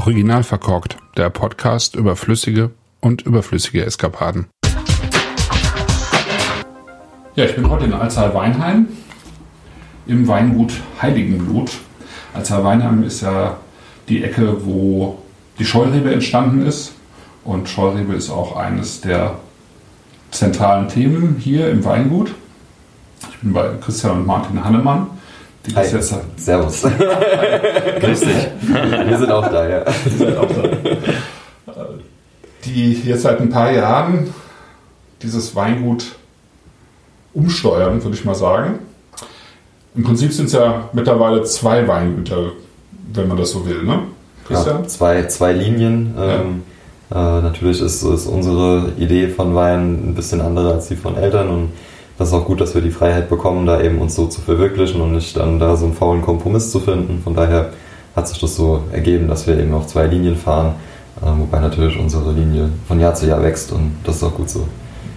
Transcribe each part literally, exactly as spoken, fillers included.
Original verkorkt, der Podcast über flüssige und überflüssige Eskapaden. Ja, ich bin heute in Alzey-Weinheim im Weingut Heiligenblut. Alzey-Weinheim ist ja die Ecke, wo die Scheurebe entstanden ist. Und Scheurebe ist auch eines der zentralen Themen hier im Weingut. Ich bin bei Christian und Martin Hannemann. Die Hi. Jetzt Servus. Grüß dich. Wir sind auch da, ja. Die sind auch da. Die jetzt seit ein paar Jahren dieses Weingut umsteuern, würde ich mal sagen. Im Prinzip sind es ja mittlerweile zwei Weingüter, wenn man das so will, ne? Ja, zwei, zwei Linien. Ja. Ähm, äh, natürlich ist, ist unsere Idee von Wein ein bisschen andere als die von Eltern und das ist auch gut, dass wir die Freiheit bekommen, da eben uns so zu verwirklichen und nicht dann da so einen faulen Kompromiss zu finden. Von daher hat sich das so ergeben, dass wir eben auf zwei Linien fahren, äh, wobei natürlich unsere Linie von Jahr zu Jahr wächst und das ist auch gut so.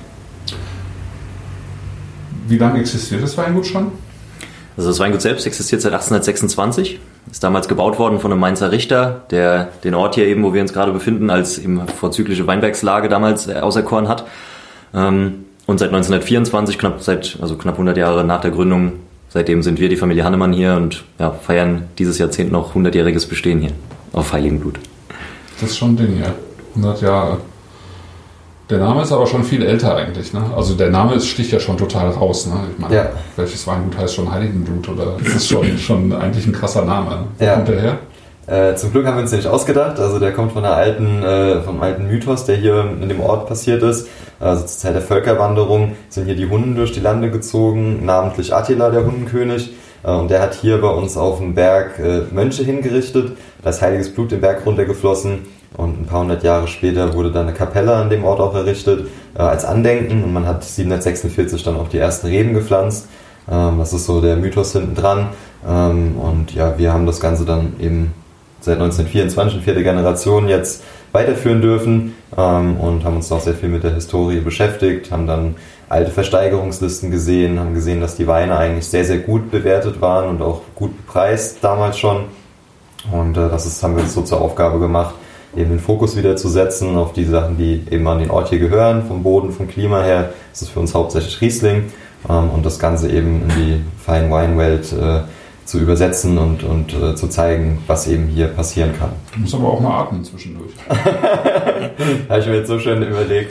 Wie lange existiert das Weingut schon? Also das Weingut selbst existiert seit achtzehnhundertsechsundzwanzig, ist damals gebaut worden von einem Mainzer Richter, der den Ort hier eben, wo wir uns gerade befinden, als eben vorzügliche Weinbergslage damals auserkoren hat. Und seit neunzehnhundertvierundzwanzig, knapp seit also knapp hundert Jahre nach der Gründung, seitdem sind wir die Familie Hannemann hier und ja, feiern dieses Jahrzehnt noch hundertjähriges Bestehen hier auf Heiligenblut. Das ist schon ein Ding, ja. hundert Jahre. Der Name ist aber schon viel älter eigentlich, ne? Also der Name sticht ja schon total raus, ne? Ich meine, ja. Welches Weingut heißt schon Heiligenblut? Oder das ist schon, schon eigentlich ein krasser Name. Wo ja. kommt der her? Äh, zum Glück haben wir uns den nicht ausgedacht. Also der kommt von einer alten, äh, vom alten Mythos, der hier in dem Ort passiert ist. Also zur Zeit der Völkerwanderung sind hier die Hunden durch die Lande gezogen, namentlich Attila, der Hundenkönig. Äh, und der hat hier bei uns auf dem Berg äh, Mönche hingerichtet. Da ist heiliges Blut den Berg runtergeflossen. Und ein paar hundert Jahre später wurde dann eine Kapelle an dem Ort auch errichtet, äh, als Andenken. Und man hat siebenhundertsechsundvierzig dann auch die ersten Reben gepflanzt. Ähm, das ist so der Mythos hinten dran. Ähm, und ja, wir haben das Ganze dann eben seit neunzehnhundertvierundzwanzig, vierte Generation, jetzt weiterführen dürfen ähm, und haben uns auch sehr viel mit der Historie beschäftigt, haben dann alte Versteigerungslisten gesehen, haben gesehen, dass die Weine eigentlich sehr, sehr gut bewertet waren und auch gut bepreist damals schon. Und äh, das ist, haben wir uns so zur Aufgabe gemacht, eben den Fokus wieder zu setzen auf die Sachen, die eben an den Ort hier gehören, vom Boden, vom Klima her. Das ist für uns hauptsächlich Riesling ähm, und das Ganze eben in die Fine Wine Welt äh, zu übersetzen und, und äh, zu zeigen, was eben hier passieren kann. Du musst aber auch mal atmen zwischendurch. Habe ich mir jetzt so schön überlegt.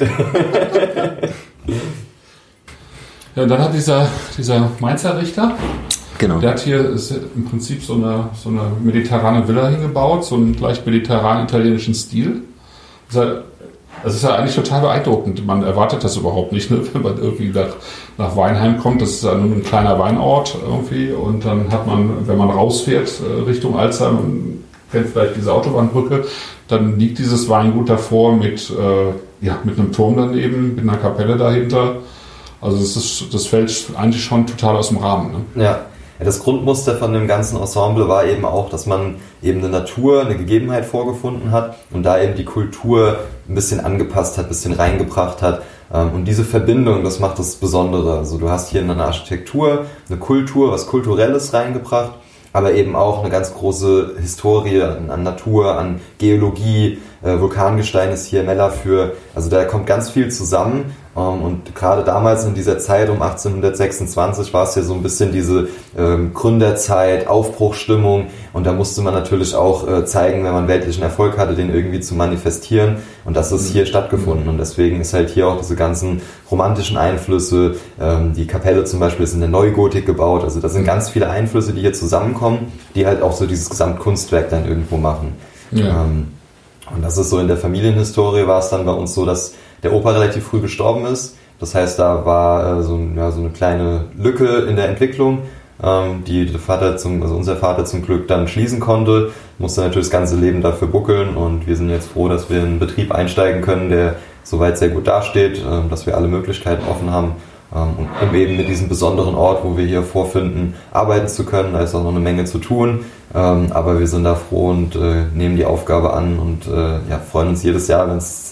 Ja, und dann hat dieser, dieser Mainzer Richter, Genau. der hat hier im Prinzip so eine, so eine mediterrane Villa hingebaut, so einen leicht mediterran-italienischen Stil. Das ist ja eigentlich total beeindruckend. Man erwartet das überhaupt nicht, ne? Wenn man irgendwie nach, nach Weinheim kommt. Das ist ja nur ein kleiner Weinort irgendwie. Und dann hat man, wenn man rausfährt Richtung Alzey, man kennt vielleicht diese Autobahnbrücke, dann liegt dieses Weingut davor mit, äh, ja, mit einem Turm daneben, mit einer Kapelle dahinter. Also das, ist, das fällt eigentlich schon total aus dem Rahmen. Ne? Ja. Das Grundmuster von dem ganzen Ensemble war eben auch, dass man eben eine Natur, eine Gegebenheit vorgefunden hat und da eben die Kultur ein bisschen angepasst hat, ein bisschen reingebracht hat. Und diese Verbindung, das macht das Besondere. Also du hast hier eine Architektur, eine Kultur, was Kulturelles reingebracht, aber eben auch eine ganz große Historie an Natur, an Geologie, äh, Vulkangestein ist hier Mella für, also da kommt ganz viel zusammen ähm, und gerade damals in dieser Zeit um achtzehnhundertsechsundzwanzig war es ja so ein bisschen diese ähm, Gründerzeit, Aufbruchsstimmung und da musste man natürlich auch äh, zeigen, wenn man weltlichen Erfolg hatte, den irgendwie zu manifestieren und das ist hier stattgefunden und deswegen ist halt hier auch diese ganzen romantischen Einflüsse, ähm, die Kapelle zum Beispiel ist in der Neugotik gebaut, also das sind ganz viele Einflüsse, die hier zusammenkommen, die halt auch so dieses Gesamtkunstwerk dann irgendwo machen. Ja. Ähm, und das ist so, in der Familienhistorie war es dann bei uns so, dass der Opa relativ früh gestorben ist. Das heißt, da war äh, so, ja, so eine kleine Lücke in der Entwicklung, ähm, die der Vater zum, also unser Vater zum Glück dann schließen konnte. Musste natürlich das ganze Leben dafür buckeln und wir sind jetzt froh, dass wir in einen Betrieb einsteigen können, der soweit sehr gut dasteht, äh, dass wir alle Möglichkeiten offen haben. Um eben mit diesem besonderen Ort, wo wir hier vorfinden, arbeiten zu können. Da ist auch noch eine Menge zu tun, aber wir sind da froh und äh, nehmen die Aufgabe an und äh, ja, freuen uns jedes Jahr, wenn es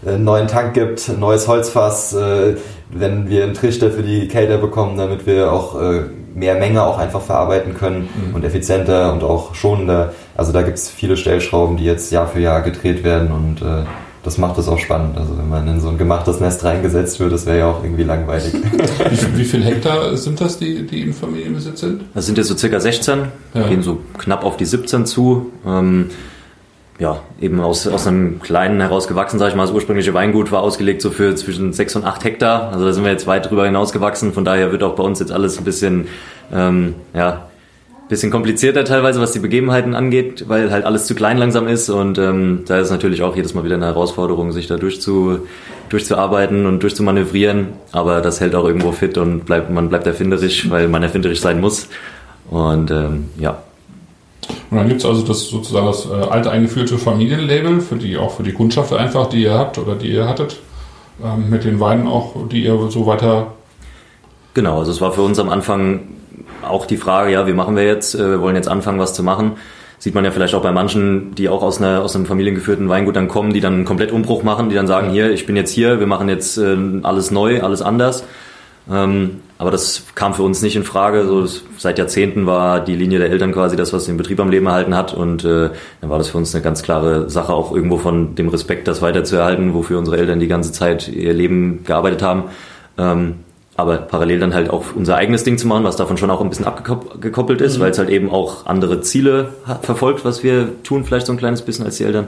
einen neuen Tank gibt, ein neues Holzfass, äh, wenn wir einen Trichter für die Kelter bekommen, damit wir auch äh, mehr Menge auch einfach verarbeiten können mhm. und effizienter und auch schonender. Also da gibt es viele Stellschrauben, die jetzt Jahr für Jahr gedreht werden und äh, das macht es auch spannend. Also wenn man in so ein gemachtes Nest reingesetzt wird, das wäre ja auch irgendwie langweilig. Wie, wie viel Hektar sind das, die, die im Familienbesitz sind? Das sind jetzt so circa sechzehn, ja. Gehen so knapp auf die siebzehn zu. Ähm, ja, eben aus, aus einem kleinen herausgewachsen, sage ich mal. Das ursprüngliche Weingut war ausgelegt so für zwischen sechs und acht Hektar. Also da sind wir jetzt weit drüber hinausgewachsen. Von daher wird auch bei uns jetzt alles ein bisschen, ähm, ja, bisschen komplizierter teilweise, was die Begebenheiten angeht, weil halt alles zu klein langsam ist und ähm, da ist natürlich auch jedes Mal wieder eine Herausforderung, sich da durchzu, durchzuarbeiten und durchzumanövrieren, aber das hält auch irgendwo fit und bleibt, man bleibt erfinderisch, weil man erfinderisch sein muss und ähm, ja. Und dann gibt es also das sozusagen das äh, alte eingeführte Familienlabel, für die auch für die Kundschaft einfach, die ihr habt oder die ihr hattet, ähm, mit den Weinen auch, die ihr so weiter... Genau, also es war für uns am Anfang auch die Frage, ja, wie machen wir jetzt? Wir wollen jetzt anfangen, was zu machen. Sieht man ja vielleicht auch bei manchen, die auch aus, einer, aus einem familiengeführten Weingut dann kommen, die dann einen komplett Umbruch machen, die dann sagen, hier, ich bin jetzt hier, wir machen jetzt äh, alles neu, alles anders. Ähm, aber das kam für uns nicht in Frage. So, das, seit Jahrzehnten war die Linie der Eltern quasi das, was den Betrieb am Leben erhalten hat. Und äh, dann war das für uns eine ganz klare Sache, auch irgendwo von dem Respekt, das weiterzuerhalten, wofür unsere Eltern die ganze Zeit ihr Leben gearbeitet haben. Ähm, aber parallel dann halt auch unser eigenes Ding zu machen, was davon schon auch ein bisschen abgekoppelt ist, mhm. weil es halt eben auch andere Ziele verfolgt, was wir tun, vielleicht so ein kleines bisschen als die Eltern.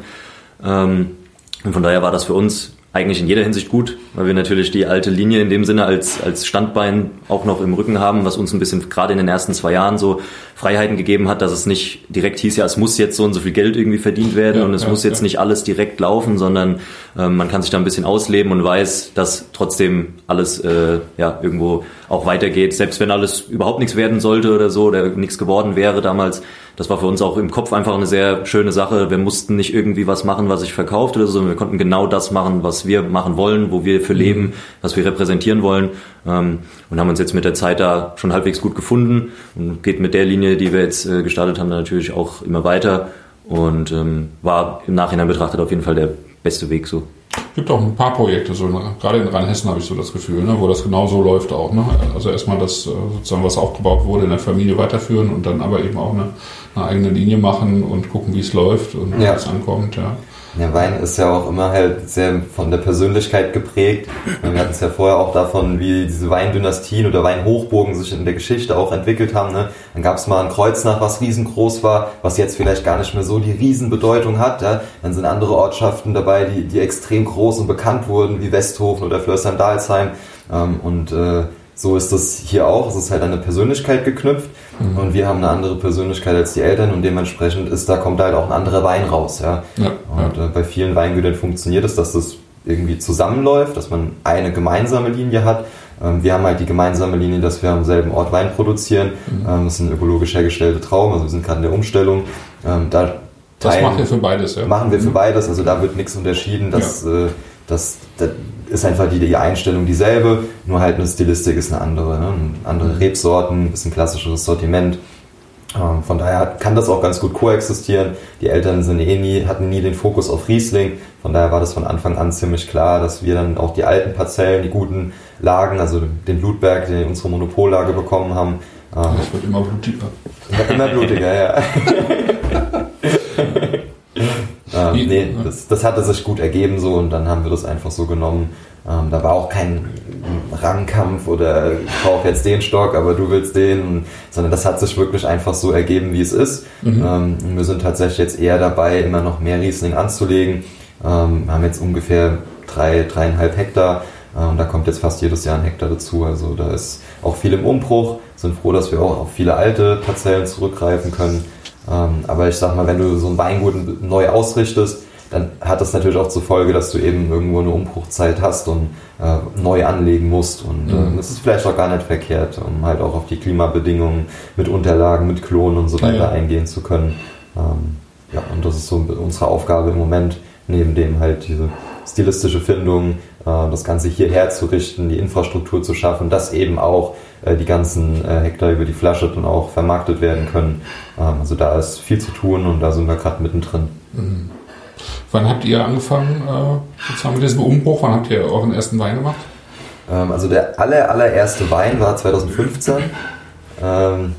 Und von daher war das für uns eigentlich in jeder Hinsicht gut, weil wir natürlich die alte Linie in dem Sinne als, als Standbein auch noch im Rücken haben, was uns ein bisschen gerade in den ersten zwei Jahren so Freiheiten gegeben hat, dass es nicht direkt hieß, ja, es muss jetzt so und so viel Geld irgendwie verdient werden ja, und es ja, muss jetzt ja. nicht alles direkt laufen, sondern äh, man kann sich da ein bisschen ausleben und weiß, dass trotzdem alles äh, ja irgendwo auch weitergeht, selbst wenn alles überhaupt nichts werden sollte oder so oder nichts geworden wäre damals. Das war für uns auch im Kopf einfach eine sehr schöne Sache. Wir mussten nicht irgendwie was machen, was sich verkauft oder so, sondern wir konnten genau das machen, was wir machen wollen, wo wir für leben, was wir repräsentieren wollen. Und haben uns jetzt mit der Zeit da schon halbwegs gut gefunden und geht mit der Linie, die wir jetzt gestartet haben, natürlich auch immer weiter und war im Nachhinein betrachtet auf jeden Fall der beste Weg so. Es gibt auch ein paar Projekte, so gerade in Rheinhessen habe ich so das Gefühl, ne, wo das genau so läuft auch. Ne? Also erstmal das sozusagen, was aufgebaut wurde, in der Familie weiterführen und dann aber eben auch eine, eine eigene Linie machen und gucken, wie es läuft und wie ja. es ankommt. Ja. Der Wein ist ja auch immer halt sehr von der Persönlichkeit geprägt. Wir hatten es ja vorher auch davon, wie diese Weindynastien oder Weinhochburgen sich in der Geschichte auch entwickelt haben. Ne? Dann gab es mal ein Kreuznach, was riesengroß war, was jetzt vielleicht gar nicht mehr so die Riesenbedeutung hat. Ja? Dann sind andere Ortschaften dabei, die, die extrem groß und bekannt wurden, wie Westhofen oder Flörsheim-Dalsheim. Ähm, und äh, so ist das hier auch. Es ist halt an eine Persönlichkeit geknüpft. Mhm. Und wir haben eine andere Persönlichkeit als die Eltern und dementsprechend ist, da kommt halt auch ein anderer Wein raus. Ja? Ja, und ja. Äh, bei vielen Weingütern funktioniert es, dass das irgendwie zusammenläuft, dass man eine gemeinsame Linie hat. Ähm, wir haben halt die gemeinsame Linie, dass wir am selben Ort Wein produzieren. Mhm. Ähm, das sind ökologisch hergestellte Trauben, also wir sind gerade in der Umstellung. Ähm, da das teilen, machen wir für beides, ja? Machen wir für beides, also da wird nichts unterschieden. Das, ja. äh, das, das ist einfach die, die Einstellung dieselbe, nur halt eine Stilistik ist eine andere. Ne? Andere Rebsorten, ein bisschen klassischeres Sortiment. Ähm, von daher kann das auch ganz gut koexistieren. Die Eltern sind eh nie, hatten nie den Fokus auf Riesling. Von daher war das von Anfang an ziemlich klar, dass wir dann auch die alten Parzellen, die guten Lagen, also den Blutberg, den unsere Monopollage bekommen haben. Ähm, das wird immer blutiger. Ja, immer blutiger, ja. Ähm, nee, das, das hatte sich gut ergeben so und dann haben wir das einfach so genommen. Ähm, da war auch kein Rangkampf oder ich brauche jetzt den Stock, aber du willst den, sondern das hat sich wirklich einfach so ergeben, wie es ist. Mhm. Ähm, wir sind tatsächlich jetzt eher dabei, immer noch mehr Riesling anzulegen. Ähm, wir haben jetzt ungefähr drei, dreieinhalb Hektar. Ähm, da kommt jetzt fast jedes Jahr ein Hektar dazu. Also da ist auch viel im Umbruch. Sind froh, dass wir auch auf viele alte Parzellen zurückgreifen können. Ähm, aber ich sag mal, wenn du so ein Weingut neu ausrichtest, dann hat das natürlich auch zur Folge, dass du eben irgendwo eine Umbruchzeit hast und äh, neu anlegen musst. Und äh, das ist vielleicht auch gar nicht verkehrt, um halt auch auf die Klimabedingungen mit Unterlagen, mit Klonen und so weiter ja. eingehen zu können. Ähm, ja, und das ist so unsere Aufgabe im Moment, neben dem halt diese stilistische Findung, äh, das Ganze hierher zu richten, die Infrastruktur zu schaffen, dass eben auch äh, die ganzen äh, Hektar über die Flasche dann auch vermarktet werden können. Ähm, also da ist viel zu tun und da sind wir gerade mittendrin. Mhm. Wann habt ihr angefangen, äh, sozusagen mit diesem Umbruch? Wann habt ihr euren ersten Wein gemacht? Ähm, also der aller, allererste Wein war zwanzig fünfzehn. Ähm,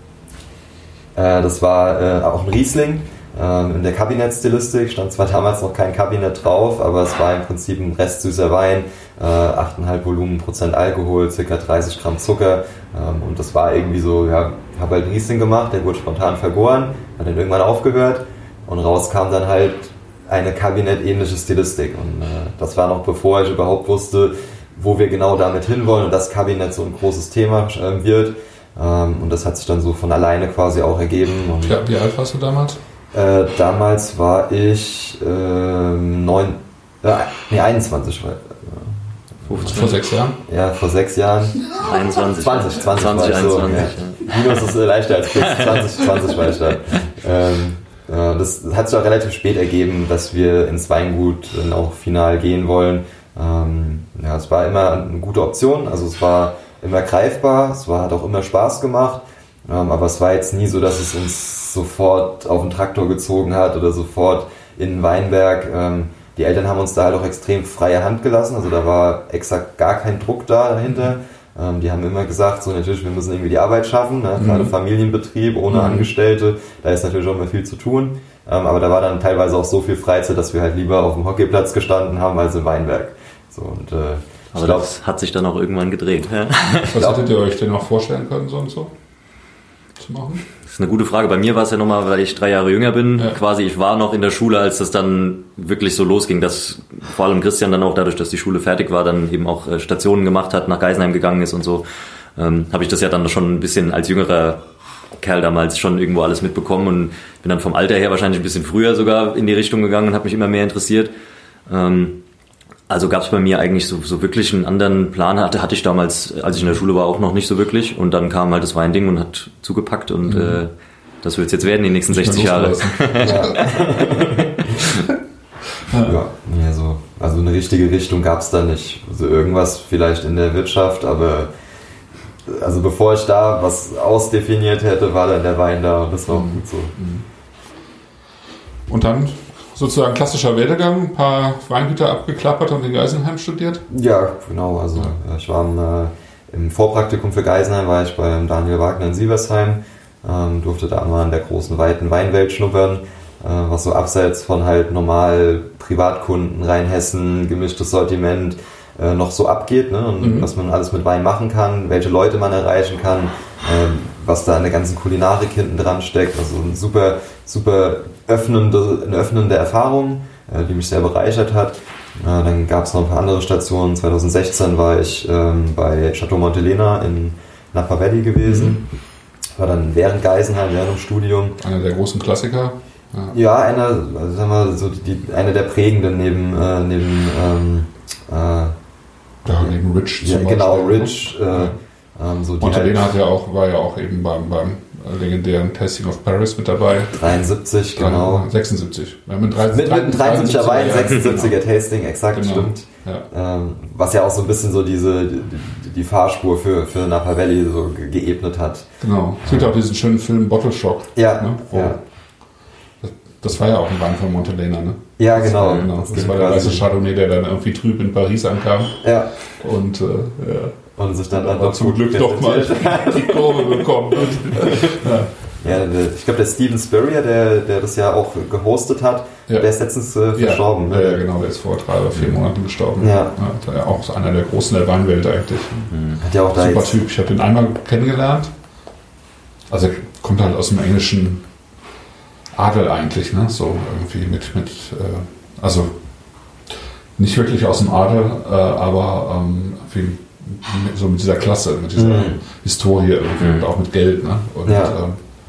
äh, das war äh, auch ein Riesling. Ähm, in der Kabinettstilistik stand zwar damals noch kein Kabinett drauf, aber es war im Prinzip ein restsüßer Wein, äh, acht Komma fünf Volumen Prozent Alkohol, ca. dreißig Gramm Zucker, ähm, und das war irgendwie so, ja, ich habe halt einen Riesling gemacht, der wurde spontan vergoren, hat dann irgendwann aufgehört und raus kam dann halt eine kabinettähnliche Stilistik und äh, das war noch bevor ich überhaupt wusste, wo wir genau damit hinwollen und das Kabinett so ein großes Thema äh, wird, ähm, und das hat sich dann so von alleine quasi auch ergeben. Und ja, wie alt warst du damals? Äh, damals war ich äh, neun, äh, nee, einundzwanzig. Äh, vor sechs Jahren? Ja, vor sechs Jahren. einundzwanzig. zwanzig, zwanzig, zwanzig, war ich so. einundzwanzig, Ja. Minus ist äh, leichter als plus. zwanzig, zwanzig war ich da. Ähm, äh, das hat sich auch relativ spät ergeben, dass wir ins Weingut äh, auch final gehen wollen. Ähm, ja, es war immer eine gute Option. Also es war immer greifbar. Es war, hat auch immer Spaß gemacht. Ähm, aber es war jetzt nie so, dass es uns sofort auf den Traktor gezogen hat oder sofort in ein Weinberg. Ähm, die Eltern haben uns da halt auch extrem freie Hand gelassen, also da war exakt gar kein Druck da dahinter. Ähm, die haben immer gesagt, so natürlich, wir müssen irgendwie die Arbeit schaffen, ne? Gerade mhm. Familienbetrieb ohne mhm. Angestellte, da ist natürlich auch immer viel zu tun. Ähm, aber da war dann teilweise auch so viel Freizeit, dass wir halt lieber auf dem Hockeyplatz gestanden haben als im Weinberg. So, und, äh, aber glaub, das hat sich dann auch irgendwann gedreht. Ja? Was hättet ihr euch denn noch vorstellen können, so und so zu machen? Das ist eine gute Frage. Bei mir war es ja nochmal, weil ich drei Jahre jünger bin, ja. quasi, ich war noch in der Schule, als das dann wirklich so losging, dass vor allem Christian dann auch dadurch, dass die Schule fertig war, dann eben auch Stationen gemacht hat, nach Geisenheim gegangen ist und so, ähm, habe ich das ja dann schon ein bisschen als jüngerer Kerl damals schon irgendwo alles mitbekommen und bin dann vom Alter her wahrscheinlich ein bisschen früher sogar in die Richtung gegangen und habe mich immer mehr interessiert. Ähm, Also gab es bei mir eigentlich so, so wirklich einen anderen Plan, hatte, hatte ich damals, als ich in der Schule war, auch noch nicht so wirklich. Und dann kam halt das Weinding und hat zugepackt und mhm. äh, das wird es jetzt werden, die nächsten sechzig Jahre. Ja. ja, nee, so, also eine richtige Richtung gab es da nicht. Also irgendwas vielleicht in der Wirtschaft, aber also bevor ich da was ausdefiniert hätte, war dann der Wein da und das war auch mhm. gut so. Und dann sozusagen klassischer Werdegang, ein paar Weingüter abgeklappert und in Geisenheim studiert? Ja, genau. Also ja. ich war im, äh, im Vorpraktikum für Geisenheim, war ich beim Daniel Wagner in Sieversheim, ähm, durfte da mal in der großen, weiten Weinwelt schnuppern, äh, was so abseits von halt normal Privatkunden, Rheinhessen, gemischtes Sortiment äh, noch so abgeht, ne? Und mhm. was man alles mit Wein machen kann, welche Leute man erreichen kann, äh, was da in der ganzen Kulinarik hinten dran steckt. Also ein super, super öffnende, eine öffnende Erfahrung, äh, die mich sehr bereichert hat. Äh, dann gab es noch ein paar andere Stationen. zwanzig sechzehn war ich ähm, bei Chateau Montelena in Napa Valley gewesen. Mhm. War dann während Geisenheim, während dem Studium. Einer der großen Klassiker. Ja, ja einer, also sagen wir so die, eine der prägenden neben, äh, neben ähm, äh, ja, neben Rich zum ja, genau, Rich. Äh, ja. ähm, so Montelena halt, hat ja auch, war ja auch eben beim, beim legendären Tasting of Paris mit dabei. dreiundsiebzig, genau. sechsundsiebzig. Ja, mit mit einem dreiundsiebziger Wein, sechsundsiebziger genau. Tasting, exakt, genau. Stimmt. Ja. Ähm, was ja auch so ein bisschen so diese die, die Fahrspur für, für Napa Valley so geebnet hat. Genau. Es gibt ja auch diesen schönen Film Bottle Shock. Ja. Ne, wo, ja. Das, das war ja auch ein Wein von Montelena, ne? Ja, das genau. War, genau. Das, das war der weiße Chardonnay, der dann irgendwie trüb in Paris ankam. Ja. Und, äh, ja. Und sich dann, dann aber zum Glück doch mal die Kurve bekommen. ja. Ja, ich glaube, der Steven Spurrier, der, der das ja auch gehostet hat, ja. der ist letztens äh, verstorben. Ja, ne? ja, genau, der ist vor drei oder vier Monaten gestorben. Ja. Ja, ja, auch einer der Großen der Weinwelt eigentlich. Mhm. Hat ja auch da super jetzt Typ. Ich habe ihn einmal kennengelernt. Also er kommt halt aus dem englischen Adel eigentlich, ne? So irgendwie mit, mit äh, also nicht wirklich aus dem Adel, äh, aber ähm, wie, so mit dieser Klasse, mit dieser mhm. Historie irgendwie mhm. und auch mit Geld, ne? Und ja. ähm,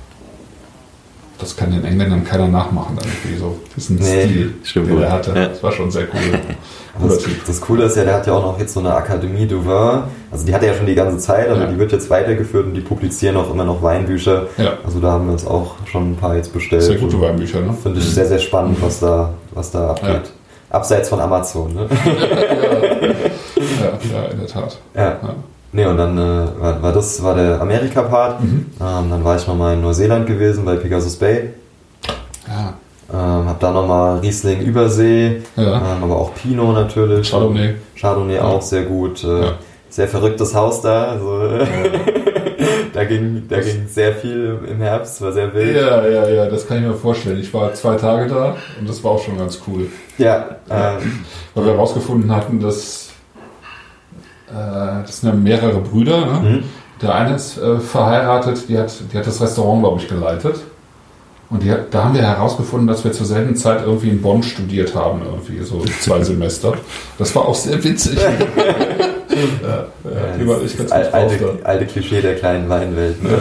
das kann den Engländern keiner nachmachen, irgendwie so diesen nee, Stil, stimmt, den er hatte. Ja. Das war schon sehr cool. Das, das Coole ist ja, der hat ja auch noch jetzt so eine Akademie du Vin, also die hat er ja schon die ganze Zeit, aber ja. die wird jetzt weitergeführt und die publizieren auch immer noch Weinbücher. Ja. Also da haben wir uns auch schon ein paar jetzt bestellt. Sehr gute Weinbücher, ne? Finde ich sehr, sehr spannend, was da, was da abgeht. Ja. Abseits von Amazon, ne? ja. Ja, ja, in der Tat. Ja. ja. Nee, und dann äh, war, war das war der Amerika-Part. Mhm. Ähm, dann war ich nochmal in Neuseeland gewesen, bei Pegasus Bay. Ja. Ähm, hab da nochmal Riesling Übersee, Ja. ähm, aber auch Pinot natürlich. Chardonnay. Chardonnay Ja. auch sehr gut. Äh, Ja. Sehr verrücktes Haus da. Also, da ging, da ging sehr viel im Herbst, war sehr wild. Ja, ja, ja, das kann ich mir vorstellen. Ich war zwei Tage da und das war auch schon ganz cool. Ja, ähm, Weil wir herausgefunden hatten, dass äh, das sind ja mehrere Brüder. Ne? Mhm. Der eine ist äh, verheiratet, die hat, die hat das Restaurant, glaube ich, geleitet. Und die, hat- da haben wir herausgefunden, dass wir zur selben Zeit irgendwie in Bonn studiert haben, irgendwie so zwei Semester. Das war auch sehr witzig. ja, ja, die war echt ganz das gut drauf alte, alte Klischee der kleinen Weinwelt. Ne?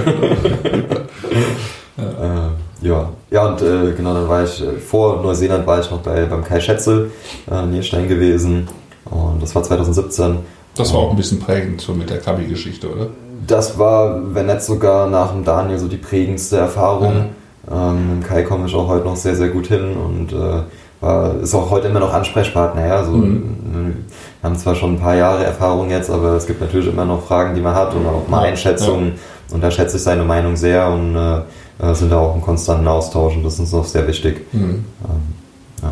äh, ja. ja, und äh, genau, dann war ich, äh, vor Neuseeland war ich noch bei, beim Kai Schätzel, äh, Nierstein gewesen. Und das war zwanzig siebzehn. Das war auch ein bisschen prägend, so mit der Kabi-Geschichte, oder? Das war, wenn nicht sogar nach dem Daniel, so die prägendste Erfahrung. Ähm, mit Kai komme ich auch heute noch sehr, sehr gut hin und äh, war, ist auch heute immer noch Ansprechpartner. Ja? So, Mhm. Wir haben zwar schon ein paar Jahre Erfahrung jetzt, aber es gibt natürlich immer noch Fragen, die man hat und auch mal Ja, Einschätzungen. Und da schätze ich seine Meinung sehr und äh, sind da auch im konstanten Austausch und das ist uns auch sehr wichtig. Mhm. Ähm, ja.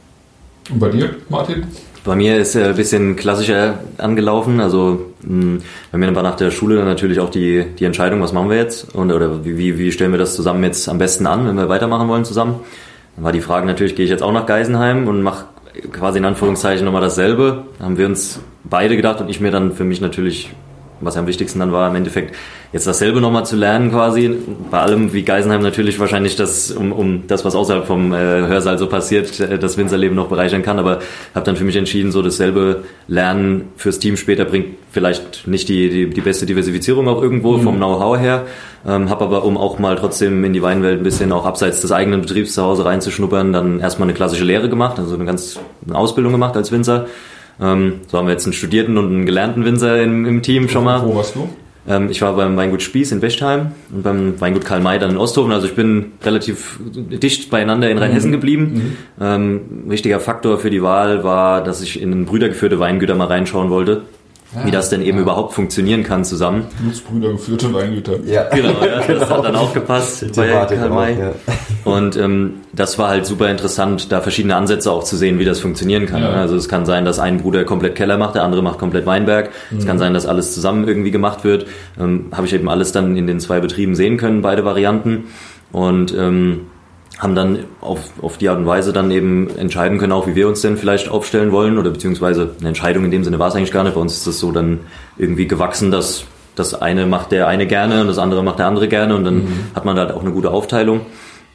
Und bei dir, Martin? Bei mir ist er ein bisschen klassischer angelaufen. Also mh, bei mir war nach der Schule dann natürlich auch die, die Entscheidung, was machen wir jetzt? Und, oder wie, wie stellen wir das zusammen jetzt am besten an, wenn wir weitermachen wollen zusammen? Dann war die Frage natürlich, gehe ich jetzt auch nach Geisenheim und mache quasi in Anführungszeichen nochmal dasselbe? Da haben wir uns beide gedacht und ich mir dann für mich natürlich, was ja am wichtigsten dann war, im Endeffekt jetzt dasselbe nochmal zu lernen quasi. Bei allem wie Geisenheim natürlich wahrscheinlich das, um, um das, was außerhalb vom äh, Hörsaal so passiert, äh, das Winzerleben noch bereichern kann. Aber habe dann für mich entschieden, so dasselbe Lernen fürs Team später bringt vielleicht nicht die, die, die beste Diversifizierung auch irgendwo mhm. vom Know-how her. Ähm, habe aber, um auch mal trotzdem in die Weinwelt ein bisschen auch abseits des eigenen Betriebs zu Hause reinzuschnuppern, dann erstmal eine klassische Lehre gemacht, also eine ganz eine Ausbildung gemacht als Winzer. Ähm, so haben wir jetzt einen studierten und einen gelernten Winzer im, im Team schon mal. Wo warst du? Ähm, ich war beim Weingut Spieß in Bechtheim und beim Weingut Karl May dann in Osthofen. Also ich bin relativ dicht beieinander in Rheinhessen Mhm. geblieben. Mhm. Ähm, wichtiger Faktor für die Wahl war, dass ich in brüdergeführte Weingüter mal reinschauen wollte. Ja, wie das denn eben ja. überhaupt funktionieren kann zusammen. Blutsbrüder geführte Weingüter. Ja. Genau, ja, das hat dann auch gepasst bei Thematik Karl auch, May. ja. Und ähm, das war halt super interessant, da verschiedene Ansätze auch zu sehen, wie das funktionieren kann. Ja. Also es kann sein, dass ein Bruder komplett Keller macht, der andere macht komplett Weinberg. Mhm. Es kann sein, dass alles zusammen irgendwie gemacht wird. Ähm, habe ich eben alles dann in den zwei Betrieben sehen können, beide Varianten. Und ähm, haben dann auf, auf die Art und Weise dann eben entscheiden können, auch wie wir uns denn vielleicht aufstellen wollen oder beziehungsweise eine Entscheidung in dem Sinne war es eigentlich gar nicht. Bei uns ist das so dann irgendwie gewachsen, dass das eine macht der eine gerne und das andere macht der andere gerne und dann mhm. hat man da halt auch eine gute Aufteilung.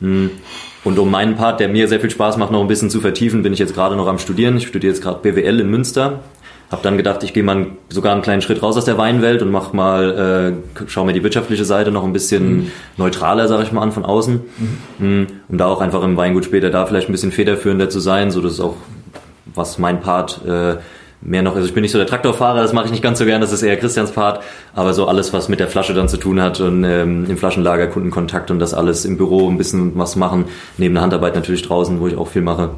Und um meinen Part, der mir sehr viel Spaß macht, noch ein bisschen zu vertiefen, bin ich jetzt gerade noch am Studieren. Ich studiere jetzt gerade B W L in Münster. Hab dann gedacht, ich gehe mal sogar einen kleinen Schritt raus aus der Weinwelt und mach mal, äh, schau mir die wirtschaftliche Seite noch ein bisschen mhm. neutraler, sage ich mal, an von außen, mhm. um da auch einfach im Weingut später da vielleicht ein bisschen federführender zu sein, so dass es auch, was mein Part äh, mehr noch ist. Ich bin nicht so der Traktorfahrer, das mache ich nicht ganz so gern, das ist eher Christians Part, aber so alles, was mit der Flasche dann zu tun hat und ähm, im Flaschenlager Kundenkontakt und das alles im Büro ein bisschen was machen, neben der Handarbeit natürlich draußen, wo ich auch viel mache.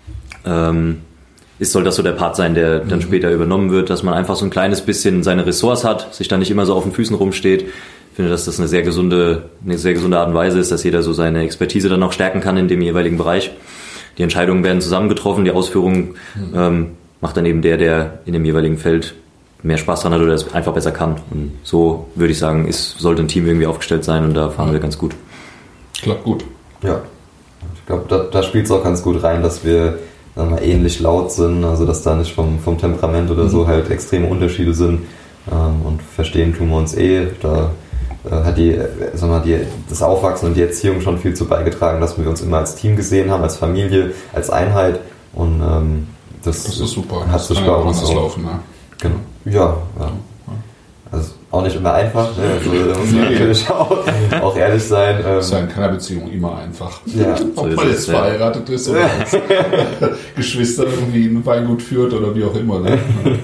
Ähm, ist, soll das so der Part sein, der dann mhm. später übernommen wird, dass man einfach so ein kleines bisschen seine Ressorts hat, sich dann nicht immer so auf den Füßen rumsteht. Ich finde, dass das eine sehr gesunde, eine sehr gesunde Art und Weise ist, dass jeder so seine Expertise dann auch stärken kann in dem jeweiligen Bereich. Die Entscheidungen werden zusammengetroffen, die Ausführung mhm. ähm, macht dann eben der, der in dem jeweiligen Feld mehr Spaß dran hat oder es einfach besser kann. Und so würde ich sagen, ist, sollte ein Team irgendwie aufgestellt sein und da fahren mhm. wir ganz gut. Klappt gut. Ja, ich glaube, da, da spielt es auch ganz gut rein, dass wir sagen wir, ähnlich laut sind, also dass da nicht vom, vom Temperament oder mhm. so halt extreme Unterschiede sind ähm, und verstehen tun wir uns eh. Da äh, hat die, sagen wir, die, das Aufwachsen und die Erziehung schon viel zu beigetragen, dass wir uns immer als Team gesehen haben, als Familie, als Einheit und ähm, das, das ist super. Hat sich bei uns auch laufen, ne? Genau. Ja, ja. Also auch nicht immer einfach, ne? Also da muss man natürlich auch, auch ehrlich sein. Ähm, ist ja in keiner Beziehung immer einfach. Ja, ob man jetzt verheiratet ist oder als Geschwister irgendwie ein Weingut führt oder wie auch immer. Ne?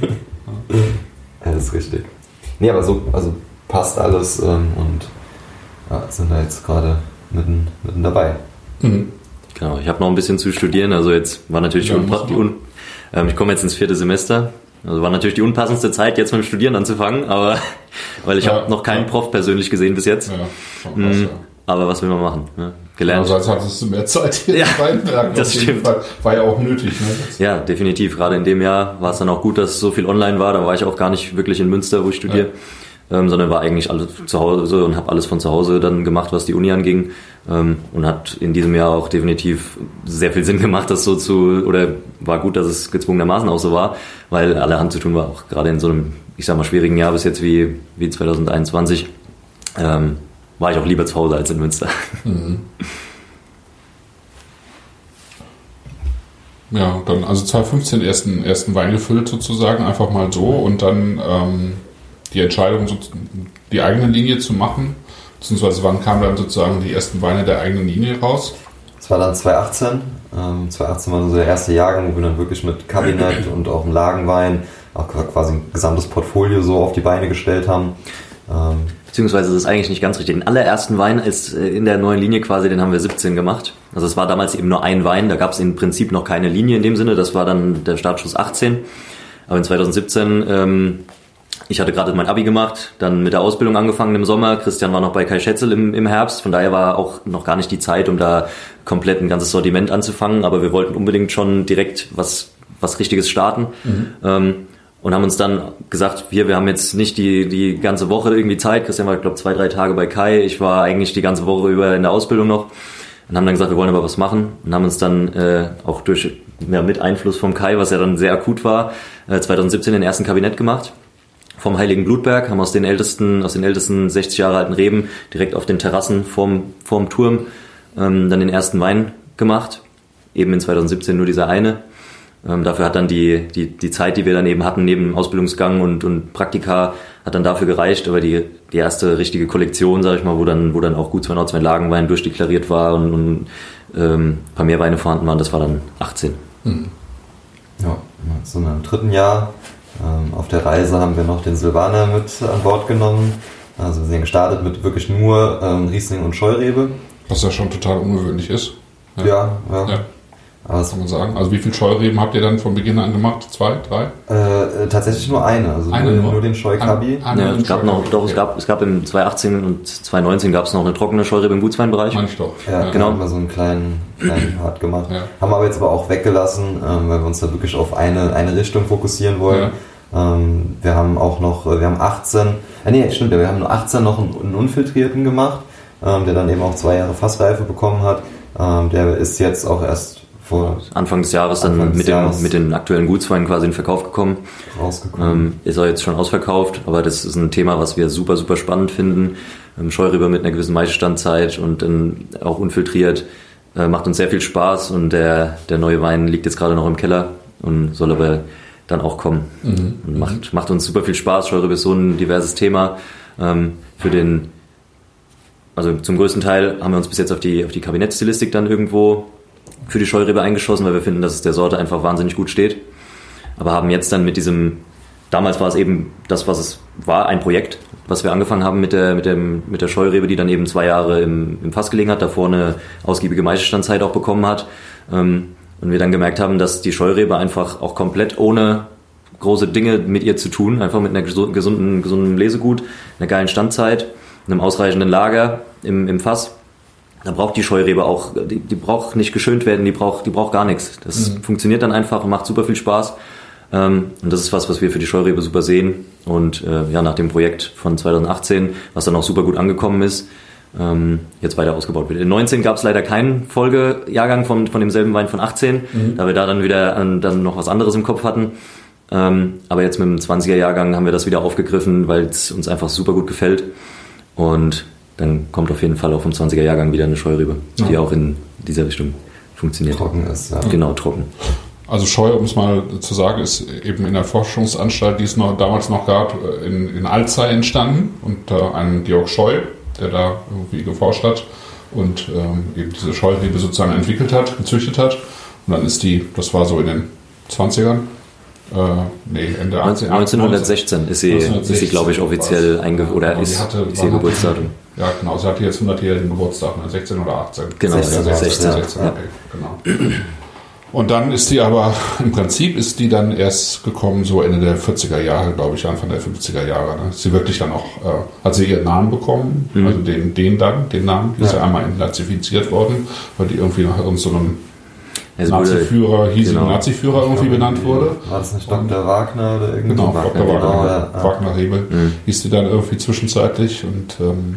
Ja, das ist richtig. Nee, aber so, also passt alles ähm, und ja, sind da jetzt gerade mitten, mitten dabei. Mhm. Genau, ich habe noch ein bisschen zu studieren, also jetzt war natürlich ja, die, Unpa- die Un- ähm, ich komme jetzt ins vierte Semester. Also war natürlich die unpassendste Zeit, jetzt mit dem Studieren anzufangen, aber weil ich ja, habe noch keinen ja. Prof persönlich gesehen bis jetzt. Ja, schon krass, mhm. ja. Aber was will man machen? Ne? gelernt. Also hattest du mehr Zeit hier ja, in Weinberg. Das stimmt. Fall. War ja auch nötig. Ne? Ja, definitiv. Gerade in dem Jahr war es dann auch gut, dass so viel online war. Da war ich auch gar nicht wirklich in Münster, wo ich studiere. Ja. Ähm, sondern war eigentlich alles zu Hause und habe alles von zu Hause dann gemacht, was die Uni anging, ähm, und hat in diesem Jahr auch definitiv sehr viel Sinn gemacht, das so zu, oder war gut, dass es gezwungenermaßen auch so war, weil allerhand zu tun war, auch gerade in so einem, ich sag mal, schwierigen Jahr bis jetzt wie, wie zwanzig einundzwanzig, ähm, war ich auch lieber zu Hause als in Münster. Mhm. Ja, dann also zwanzig fünfzehn ersten, ersten Wein gefüllt sozusagen, einfach mal so und dann ähm, die Entscheidung, die eigene Linie zu machen, beziehungsweise wann kamen dann sozusagen die ersten Weine der eigenen Linie raus? Das war dann zwanzig achtzehn. Ähm, zwanzig achtzehn war so der erste Jahrgang, wo wir dann wirklich mit Kabinett und auch dem Lagenwein auch quasi ein gesamtes Portfolio so auf die Beine gestellt haben. Ähm, Beziehungsweise das ist eigentlich nicht ganz richtig. Den allerersten Wein ist in der neuen Linie quasi, den haben wir siebzehn gemacht. Also es war damals eben nur ein Wein, da gab es im Prinzip noch keine Linie in dem Sinne, das war dann der Startschuss achtzehn. Aber in zwanzig siebzehn... Ähm, Ich hatte gerade mein Abi gemacht, dann mit der Ausbildung angefangen im Sommer. Christian war noch bei Kai Schätzel im, im Herbst. Von daher war auch noch gar nicht die Zeit, um da komplett ein ganzes Sortiment anzufangen. Aber wir wollten unbedingt schon direkt was, was Richtiges starten. Mhm. Ähm, und haben uns dann gesagt, wir, wir haben jetzt nicht die, die ganze Woche irgendwie Zeit. Christian war, ich glaube, zwei, drei Tage bei Kai. Ich war eigentlich die ganze Woche über in der Ausbildung noch. Und haben dann gesagt, wir wollen aber was machen. Und haben uns dann äh, auch durch, ja, mit Einfluss vom Kai, was ja dann sehr akut war, äh, zwanzig siebzehn den ersten Kabinett gemacht. Vom Heiligen Blutberg, haben aus den ältesten, aus den ältesten sechzig Jahre alten Reben direkt auf den Terrassen vorm, vorm Turm ähm, dann den ersten Wein gemacht. Eben in zwanzig siebzehn nur dieser eine. Ähm, dafür hat dann die, die, die Zeit, die wir dann eben hatten, neben Ausbildungsgang und, und Praktika, hat dann dafür gereicht. Aber die, die erste richtige Kollektion, sag ich mal, wo dann, wo dann auch gut zweihundertzwei Lagenwein durchdeklariert war und, und ähm, ein paar mehr Weine vorhanden waren, das war dann achtzehn. Mhm. Ja, so im dritten Jahr auf der Reise haben wir noch den Silvaner mit an Bord genommen. Also wir sind gestartet mit wirklich nur ähm, Riesling und Scheurebe. Was ja schon total ungewöhnlich ist. Ja, ja. ja. ja. Was kann man sagen? Also wie viele Scheureben habt ihr dann von Beginn an gemacht? Zwei, drei? Äh, tatsächlich nur eine. Also eine nur, nur? nur den Scheukabi. Ja, es gab noch, doch, es gab, es gab im zwanzig achtzehn und zwanzig neunzehn gab es noch eine trockene Scheurebe im Gutsweinbereich. Meine ich doch. Ja, ja, genau. Haben wir so einen kleinen, kleinen Part gemacht. Ja. Haben aber jetzt aber auch weggelassen, ähm, weil wir uns da wirklich auf eine, eine Richtung fokussieren wollen. Ja. Ähm, wir haben auch noch, wir haben achtzehn, äh, nee, stimmt, wir haben nur achtzehn noch einen, einen unfiltrierten gemacht, ähm, der dann eben auch zwei Jahre Fassreife bekommen hat. Ähm, der ist jetzt auch erst vor Anfang des Jahres Anfang dann des mit, Jahres dem, mit den aktuellen Gutsweinen quasi in Verkauf gekommen. Rausgekommen. Ähm, ist auch jetzt schon ausverkauft, aber das ist ein Thema, was wir super, super spannend finden. Ähm, Scheurebe mit einer gewissen Maischestandzeit und ähm, auch unfiltriert. Äh, macht uns sehr viel Spaß und der, der neue Wein liegt jetzt gerade noch im Keller und soll aber dann auch kommen. Mhm. Und macht, macht uns super viel Spaß. Scheurebe ist so ein diverses Thema. Ähm, für den, also zum größten Teil haben wir uns bis jetzt auf die, auf die Kabinettstilistik dann irgendwo für die Scheurebe eingeschossen, weil wir finden, dass es der Sorte einfach wahnsinnig gut steht. Aber haben jetzt dann mit diesem, damals war es eben das, was es war, ein Projekt, was wir angefangen haben mit der, mit dem, mit der Scheurebe, die dann eben zwei Jahre im, im Fass gelegen hat, davor eine ausgiebige Maischestandzeit auch bekommen hat. Und wir dann gemerkt haben, dass die Scheurebe einfach auch komplett ohne große Dinge mit ihr zu tun, einfach mit einer gesunden, gesunden Lesegut, einer geilen Standzeit, einem ausreichenden Lager im, im Fass. Da braucht die Scheurebe auch, die, die braucht nicht geschönt werden, die braucht, die braucht gar nichts. Das mhm. funktioniert dann einfach und macht super viel Spaß. Ähm, und das ist was, was wir für die Scheurebe super sehen. Und äh, ja, nach dem Projekt von zwanzig achtzehn, was dann auch super gut angekommen ist, ähm, jetzt weiter ausgebaut wird. In neunzehn gab es leider keinen Folgejahrgang von, von demselben Wein von achtzehn, mhm. da wir da dann wieder an, dann noch was anderes im Kopf hatten. Ähm, aber jetzt mit dem zwanziger Jahrgang haben wir das wieder aufgegriffen, weil es uns einfach super gut gefällt. Und dann kommt auf jeden Fall auch vom zwanziger Jahrgang wieder eine Scheurebe, ja. die auch in dieser Richtung funktioniert. Trocken ist, ja. Genau, trocken. Also Scheu, um es mal zu sagen, ist eben in der Forschungsanstalt, die es noch, damals noch gab, in, in Alzey entstanden. Und äh, ein Georg Scheu, der da irgendwie geforscht hat und ähm, eben diese Scheurebe sozusagen entwickelt hat, gezüchtet hat. Und dann ist die, das war so in den zwanzigern, Äh, nee, Ende achtzehn, neunzehnhundertsechzehn ist sie, ist sie glaube ich, offiziell eingeführt, oder genau, ist, hatte, ist ihr Geburtsdatum. Ja, genau, sie hatte jetzt hundertjährigen Geburtstag, ne? sechzehn oder achtzehn. Genau, sechzehn, sechzehn. sechzehn, okay, genau. Und dann ist die aber, im Prinzip ist die dann erst gekommen, so Ende der vierziger Jahre, glaube ich, Anfang der fünfziger Jahre. Ne? Ist sie wirklich dann auch, äh, hat sie ihren Namen bekommen, mhm. also den, den dann, den Namen, die ist ja, ja einmal entnazifiziert worden, weil die irgendwie nach irgendeinem so Nazi-Führer, hiesigen genau. Nazi-Führer irgendwie benannt wurde. War das nicht Doktor Und, Wagner oder irgendwie? Genau, Doktor Wagner, genau, ja, ja. Wagner-Rebel, mhm. hieß die dann irgendwie zwischenzeitlich und ähm,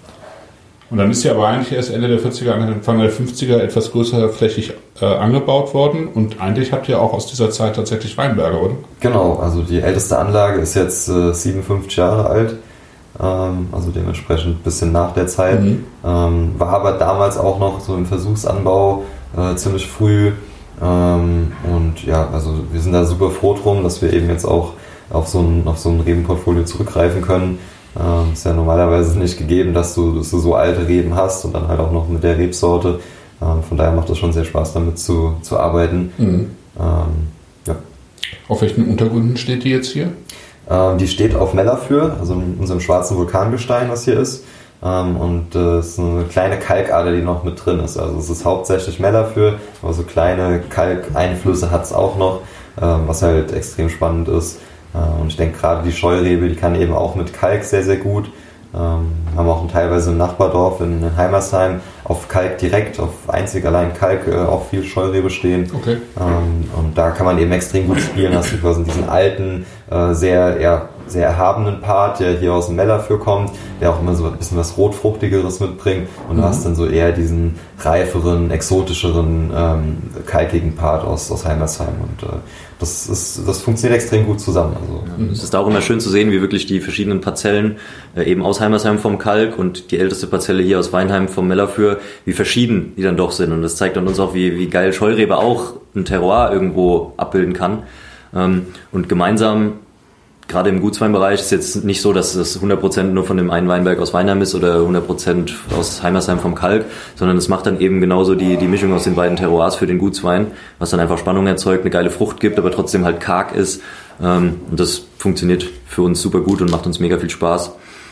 Und dann ist sie aber eigentlich erst Ende der vierziger, Anfang der fünfziger etwas größer flächig äh, angebaut worden. Und eigentlich habt ihr auch aus dieser Zeit tatsächlich Weinberge, oder? Genau, also die älteste Anlage ist jetzt äh, siebenundfünfzig Jahre alt. Ähm, also dementsprechend ein bisschen nach der Zeit. Mhm. Ähm, war aber damals auch noch so im Versuchsanbau äh, ziemlich früh. Ähm, und ja, also wir sind da super froh drum, dass wir eben jetzt auch auf so ein, auf so ein Rebenportfolio zurückgreifen können. Ähm, ist ja normalerweise nicht gegeben, dass du, dass du so alte Reben hast und dann halt auch noch mit der Rebsorte. Ähm, von daher macht es schon sehr Spaß, damit zu, zu arbeiten. Mhm. Ähm, ja. Auf welchen Untergründen steht die jetzt hier? Ähm, die steht auf Mellafür, also in unserem schwarzen Vulkangestein, was hier ist. Ähm, und äh, es ist eine kleine Kalkader, die noch mit drin ist. Also es ist hauptsächlich Mellafür, aber so kleine Kalkeinflüsse hat es auch noch, ähm, was halt extrem spannend ist. Und ich denke gerade die Scheurebe, die kann eben auch mit Kalk sehr, sehr gut. Ähm, haben auch teilweise im Nachbardorf in, in Heimersheim auf Kalk direkt, auf einzig allein Kalk äh, auch viel Scheurebe stehen. Okay. Ähm, und da kann man eben extrem gut spielen. Hast du quasi diesen alten, äh, sehr, ja, sehr erhabenen Part, der hier aus dem Mellafür kommt, der auch immer so ein bisschen was Rotfruchtigeres mitbringt. Und mhm. du hast dann so eher diesen reiferen, exotischeren, ähm, kalkigen Part aus, aus Heimersheim. Und äh, das, ist, das funktioniert extrem gut zusammen. Also. Es ist auch immer schön zu sehen, wie wirklich die verschiedenen Parzellen, äh, eben aus Heimersheim vom Kalk und die älteste Parzelle hier aus Weinheim vom Mellafür, wie verschieden die dann doch sind. Und das zeigt dann uns auch, wie, wie geil Scheurebe auch ein Terroir irgendwo abbilden kann. Ähm, und gemeinsam, gerade im Gutsweinbereich, ist jetzt nicht so, dass es hundert Prozent nur von dem einen Weinberg aus Weinheim ist oder hundert Prozent aus Heimersheim vom Kalk, sondern es macht dann eben genauso die, die Mischung aus den beiden Terroirs für den Gutswein, was dann einfach Spannung erzeugt, eine geile Frucht gibt, aber trotzdem halt karg ist. Und das funktioniert für uns super gut und macht uns mega viel Spaß.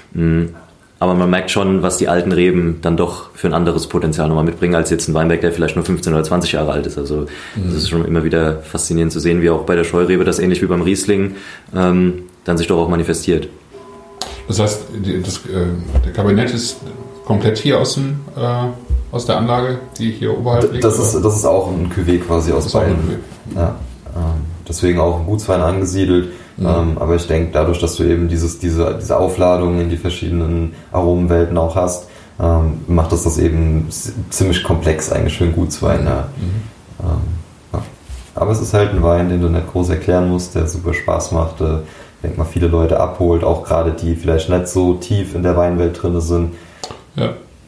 Aber man merkt schon, was die alten Reben dann doch für ein anderes Potenzial nochmal mitbringen, als jetzt ein Weinberg, der vielleicht nur fünfzehn oder zwanzig Jahre alt ist. Also mhm. das ist schon immer wieder faszinierend zu sehen, wie auch bei der Scheurebe das ähnlich wie beim Riesling ähm, dann sich doch auch manifestiert. Das heißt, das, äh, der Kabinett ist komplett hier aus, dem, äh, aus der Anlage, die hier oberhalb liegt? Das ist, das ist auch ein Cuvée quasi aus beiden. Ja, ähm, deswegen auch ein Gutswein angesiedelt. Mhm. Ähm, aber ich denke, dadurch, dass du eben dieses, diese, diese Aufladung in die verschiedenen Aromenwelten auch hast, ähm, macht das das eben ziemlich komplex eigentlich für einen Gutswein. Ja. Mhm. Ähm, ja. Aber es ist halt ein Wein, den du nicht groß erklären musst, der super Spaß macht, äh, ich denke mal viele Leute abholt, auch gerade die vielleicht nicht so tief in der Weinwelt drin sind. Ja.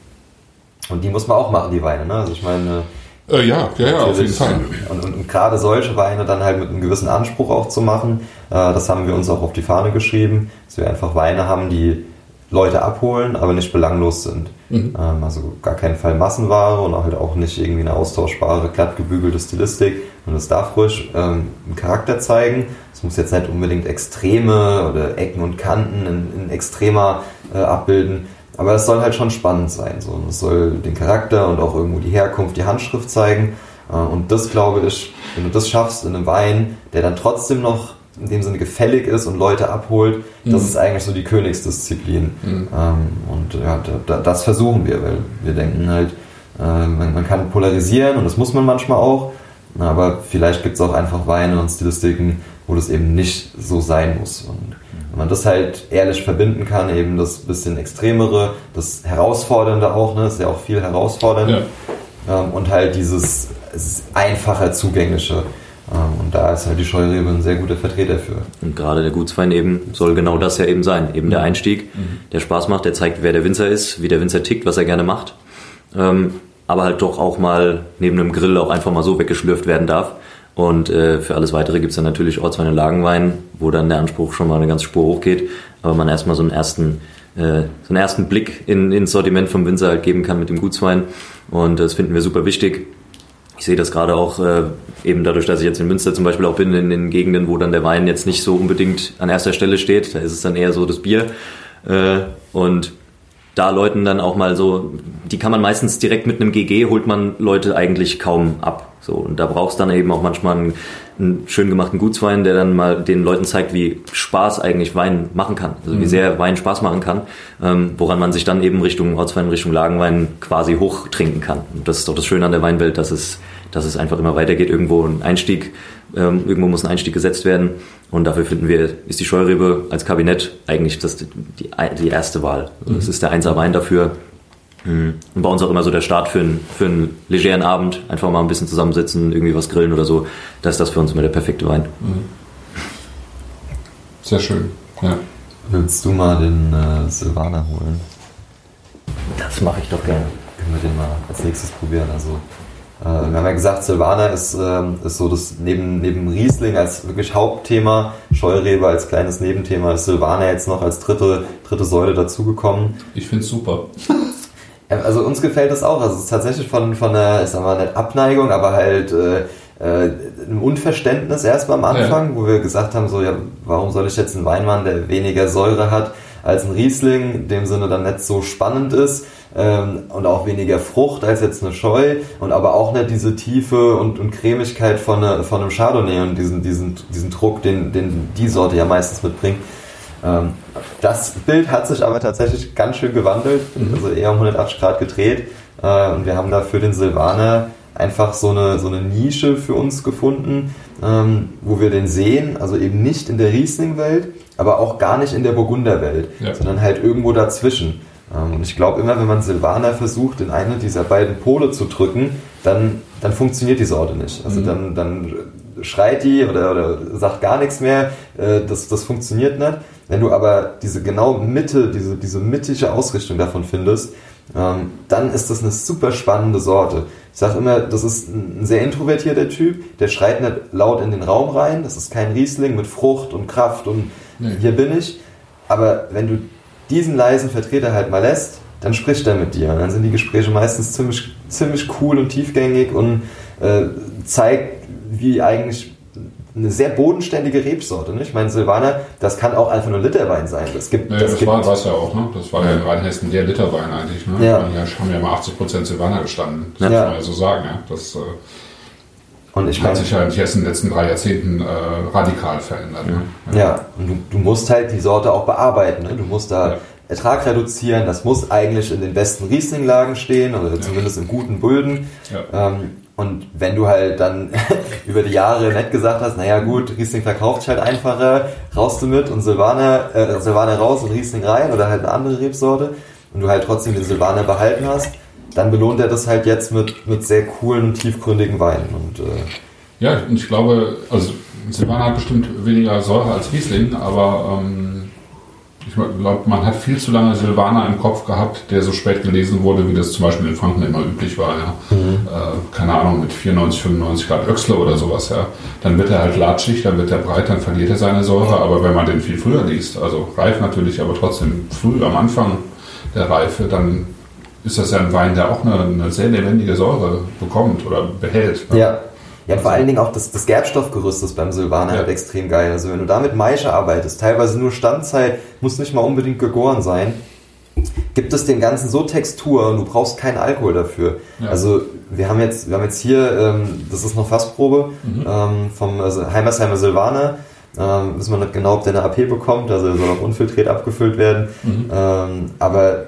Und die muss man auch machen, die Weine. Ne? Also ich meine... Äh, ja, ja, ja, auf jeden Fall. Und, und, und gerade solche Weine dann halt mit einem gewissen Anspruch auch zu machen, äh, das haben wir uns auch auf die Fahne geschrieben, dass wir einfach Weine haben, die Leute abholen, aber nicht belanglos sind. Mhm. Ähm, also gar keinen Fall Massenware und halt auch nicht irgendwie eine austauschbare, glatt gebügelte Stilistik. Und es darf ruhig ähm, einen Charakter zeigen. Es muss jetzt nicht unbedingt Extreme oder Ecken und Kanten in, in extremer äh, abbilden. Aber es soll halt schon spannend sein. So. Und es soll den Charakter und auch irgendwo die Herkunft, die Handschrift zeigen. Und das, glaube ich, wenn du das schaffst in einem Wein, der dann trotzdem noch in dem Sinne gefällig ist und Leute abholt, mhm. das ist eigentlich so die Königsdisziplin. Mhm. Und ja, das versuchen wir, weil wir denken halt, man kann polarisieren und das muss man manchmal auch. Aber vielleicht gibt es auch einfach Weine und Stilistiken, wo das eben nicht so sein muss. Und wenn man das halt ehrlich verbinden kann, eben das bisschen Extremere, das Herausfordernde auch, ne, ist ja auch viel herausfordernd, ja. ähm, und halt dieses einfacher Zugängliche. Ähm, und da ist halt die Scheurebe ein sehr guter Vertreter für. Und gerade der Gutswein eben soll genau das ja eben sein. Eben der Einstieg, mhm. der Spaß macht, der zeigt, wer der Winzer ist, wie der Winzer tickt, was er gerne macht. Ähm, aber halt doch auch mal neben einem Grill auch einfach mal so weggeschlürft werden darf. Und äh, für alles Weitere gibt es dann natürlich Ortswein und Lagenwein, wo dann der Anspruch schon mal eine ganze Spur hochgeht, aber man erstmal so einen ersten, äh, so einen ersten Blick in, ins Sortiment vom Winzer halt geben kann mit dem Gutswein. Und das finden wir super wichtig. Ich sehe das gerade auch äh, eben dadurch, dass ich jetzt in Münster zum Beispiel auch bin, in den Gegenden, wo dann der Wein jetzt nicht so unbedingt an erster Stelle steht. Da ist es dann eher so das Bier. Äh, und da Leuten dann auch mal so, die kann man meistens direkt mit einem G G, holt man Leute eigentlich kaum ab. So, und da brauchst dann eben auch manchmal einen, einen schön gemachten Gutswein, der dann mal den Leuten zeigt, wie Spaß eigentlich Wein machen kann. Also wie sehr Wein Spaß machen kann, ähm, woran man sich dann eben Richtung Ortswein, Richtung Lagenwein quasi hochtrinken kann. Und das ist doch das Schöne an der Weinwelt, dass es, dass es einfach immer weitergeht. Irgendwo ein Einstieg, ähm, irgendwo muss ein Einstieg gesetzt werden. Und dafür finden wir, ist die Scheurebe als Kabinett eigentlich das, die, die erste Wahl. Also das ist der Einser-Wein dafür. Und bei uns auch immer so der Start für einen, für einen legeren Abend. Einfach mal ein bisschen zusammensitzen, irgendwie was grillen oder so. Das ist das für uns immer der perfekte Wein. Sehr schön, ja. Willst du mal den äh, Silvaner holen? Das mache ich doch gerne. Können wir den mal als nächstes probieren. Also äh, wir haben ja gesagt, Silvaner ist, äh, ist so das neben, neben Riesling als wirklich Hauptthema, Scheurebe als kleines Nebenthema, ist Silvaner jetzt noch als dritte, dritte Säule dazugekommen. Ich finde es super. Also uns gefällt das auch. Also es ist tatsächlich von, von einer, ich sag mal, nicht Abneigung, aber halt äh, äh, einem Unverständnis erstmal am Anfang, ja. Wo wir gesagt haben, so ja, warum soll ich jetzt einen Wein machen, der weniger Säure hat als ein Riesling, in dem Sinne dann nicht so spannend ist ähm, und auch weniger Frucht als jetzt eine Scheu und aber auch nicht diese Tiefe und, und Cremigkeit von, eine, von einem Chardonnay und diesen, diesen, diesen Druck, den, den die Sorte ja meistens mitbringt. Das Bild hat sich aber tatsächlich ganz schön gewandelt, also eher um hundertachtzig Grad gedreht. Und wir haben da für den Silvaner einfach so eine, so eine Nische für uns gefunden, wo wir den sehen, also eben nicht in der Riesling-Welt, aber auch gar nicht in der Burgunder-Welt, ja. Sondern halt irgendwo dazwischen. Und ich glaube immer, wenn man Silvaner versucht, in eine dieser beiden Pole zu drücken, dann, dann funktioniert die Sorte nicht. Also mhm. dann, dann schreit die oder, oder sagt gar nichts mehr, das, das funktioniert nicht. Wenn du aber diese genau Mitte, diese, diese mittige Ausrichtung davon findest, ähm, dann ist das eine super spannende Sorte. Ich sage immer, das ist ein sehr introvertierter Typ, der schreit nicht laut in den Raum rein, das ist kein Riesling mit Frucht und Kraft und nee. Hier bin ich. Aber wenn du diesen leisen Vertreter halt mal lässt, dann spricht er mit dir. Und dann sind die Gespräche meistens ziemlich, ziemlich cool und tiefgängig und äh, zeigt, wie eigentlich eine sehr bodenständige Rebsorte. Ne? Ich meine, Silvaner, das kann auch einfach nur Literwein sein. Das gibt, ja, das das gibt, war es ja auch. Ne? Das war ja in Rheinhessen der Literwein eigentlich. Ne? Ja. Hier haben ja mal achtzig Prozent Silvaner gestanden. Das ja. muss man ja so sagen. Ja? Das äh, und ich hat mein, sich ja in Hessen in den letzten drei Jahrzehnten äh, radikal verändert. Ne? Ja, ja. Und du, du musst halt die Sorte auch bearbeiten. Ne? Du musst da ja. Ertrag reduzieren. Das muss eigentlich in den besten Riesling-Lagen stehen oder zumindest ja. in guten Böden. Ja. Ähm, Und wenn du halt dann über die Jahre nett gesagt hast, naja gut, Riesling verkauft sich halt einfacher, raus damit und Silvaner, äh, Silvaner raus und Riesling rein oder halt eine andere Rebsorte und du halt trotzdem den Silvaner behalten hast, dann belohnt er das halt jetzt mit, mit sehr coolen und tiefgründigen Weinen. Und, äh ja, und ich glaube, also Silvaner hat bestimmt weniger Säure als Riesling, aber ähm, ich glaube, man hat viel zu lange Silvaner im Kopf gehabt, der so spät gelesen wurde, wie das zum Beispiel in Franken immer üblich war. Ja. Mhm. Äh, keine Ahnung, mit vierundneunzig, fünfundneunzig Grad Öchsle oder sowas. Ja. Dann wird er halt latschig, dann wird er breit, dann verliert er seine Säure. Aber wenn man den viel früher liest, also reif natürlich, aber trotzdem früh am Anfang der Reife, dann ist das ja ein Wein, der auch eine, eine sehr lebendige Säure bekommt oder behält. Ne? Ja. Ja, vor allen Dingen auch das, das Gerbstoffgerüst ist beim Silvaner ja. halt extrem geil. Also wenn du da mit Maische arbeitest, teilweise nur Standzeit, muss nicht mal unbedingt gegoren sein, gibt es dem Ganzen so Textur und du brauchst keinen Alkohol dafür. Ja. Also wir haben jetzt, wir haben jetzt hier, ähm, das ist noch Fassprobe mhm. ähm, vom also Heimersheimer Silvaner. Ähm, wissen wir nicht genau, ob der eine A P bekommt, also er soll auch unfiltriert abgefüllt werden. Mhm. Ähm, aber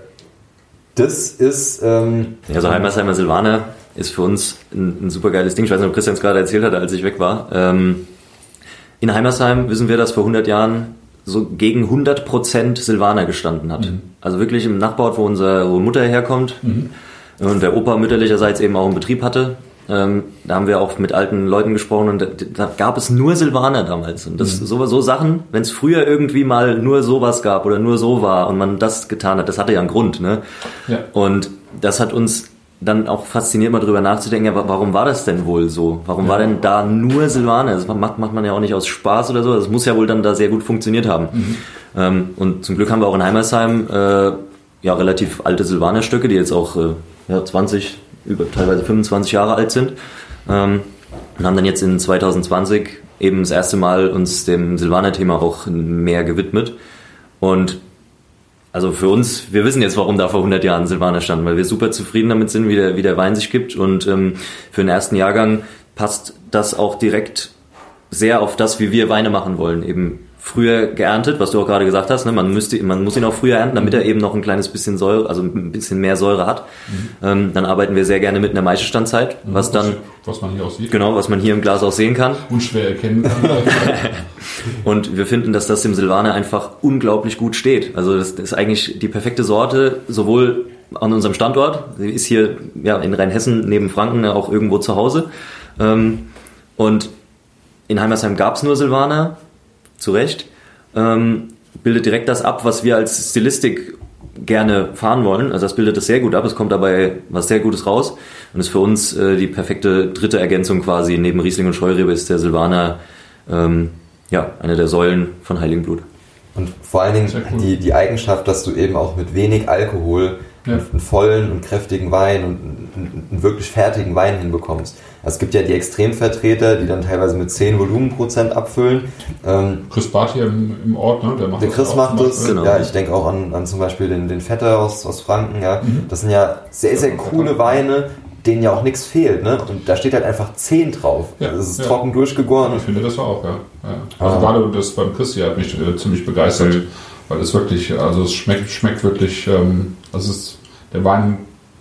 das ist... Ähm, also Heimersheimer Silvaner ist für uns ein, ein super geiles Ding. Ich weiß nicht, ob Christian es gerade erzählt hatte, als ich weg war. Ähm, in Heimersheim wissen wir, dass vor hundert Jahren so gegen hundert Prozent Silvaner gestanden hat. Mhm. Also wirklich im Nachbarort, wo unsere Mutter herkommt mhm. und der Opa mütterlicherseits eben auch einen Betrieb hatte. Ähm, da haben wir auch mit alten Leuten gesprochen und da, da gab es nur Silvaner damals. Und das mhm. so, so Sachen, wenn es früher irgendwie mal nur sowas gab oder nur so war und man das getan hat, das hatte ja einen Grund. Ne? Ja. Und das hat uns dann auch fasziniert, mal drüber nachzudenken, ja, warum war das denn wohl so? Warum ja. war denn da nur Silvaner? Das macht, macht man ja auch nicht aus Spaß oder so. Das muss ja wohl dann da sehr gut funktioniert haben. Mhm. Ähm, und zum Glück haben wir auch in Heimersheim äh, ja relativ alte Silvaner-Stücke, die jetzt auch äh, ja, zwanzig, über teilweise fünfundzwanzig Jahre alt sind. Ähm, und haben dann jetzt in zwanzig zwanzig eben das erste Mal uns dem Silvaner-Thema auch mehr gewidmet. Und also für uns, wir wissen jetzt, warum da vor hundert Jahren Silvaner standen, weil wir super zufrieden damit sind, wie der, wie der Wein sich gibt. Und ähm, für den ersten Jahrgang passt das auch direkt sehr auf das, wie wir Weine machen wollen. Eben früher geerntet, was du auch gerade gesagt hast, ne? man müsste, man muss ihn auch früher ernten, damit er eben noch ein kleines bisschen Säure, also ein bisschen mehr Säure hat. Mhm. Ähm, dann arbeiten wir sehr gerne mit einer Maischestandzeit, mhm. was dann, was man hier auch sieht. Genau, was man hier im Glas auch sehen kann. Unschwer erkennen kann. Und wir finden, dass das dem Silvaner einfach unglaublich gut steht. Also das, das ist eigentlich die perfekte Sorte, sowohl an unserem Standort, sie ist hier ja in Rheinhessen neben Franken auch irgendwo zu Hause. Ähm, und in Heimersheim gab es nur Silvaner, zu Recht, ähm, bildet direkt das ab, was wir als Stilistik gerne fahren wollen. Also das bildet das sehr gut ab, es kommt dabei was sehr Gutes raus und ist für uns äh, die perfekte dritte Ergänzung quasi. Neben Riesling und Scheurebe ist der Silvaner ähm, ja, eine der Säulen von Heiligenblut. Und vor allen Dingen cool. die, die Eigenschaft, dass du eben auch mit wenig Alkohol ja. einen vollen und kräftigen Wein und einen, einen wirklich fertigen Wein hinbekommst. Also es gibt ja die Extremvertreter, die dann teilweise mit zehn Volumenprozent abfüllen. Ähm, Chris Barth hier im, im Ort, ne? Der macht der das Chris auch macht das, genau. Ja, ich denke auch an, an zum Beispiel den, den Vetter aus, aus Franken, ja. Mhm. Das sind ja sehr, sehr coole Weine, denen ja auch nichts fehlt, ne? Und da steht halt einfach zehn drauf. Ja, das ist ja. trocken durchgegoren. Ich finde das auch, ja. ja. Also ah. gerade das beim Chris hier hat mich äh, ziemlich begeistert, mhm. weil es wirklich, also es schmeckt, schmeckt wirklich, ähm, also es ist, der Wein,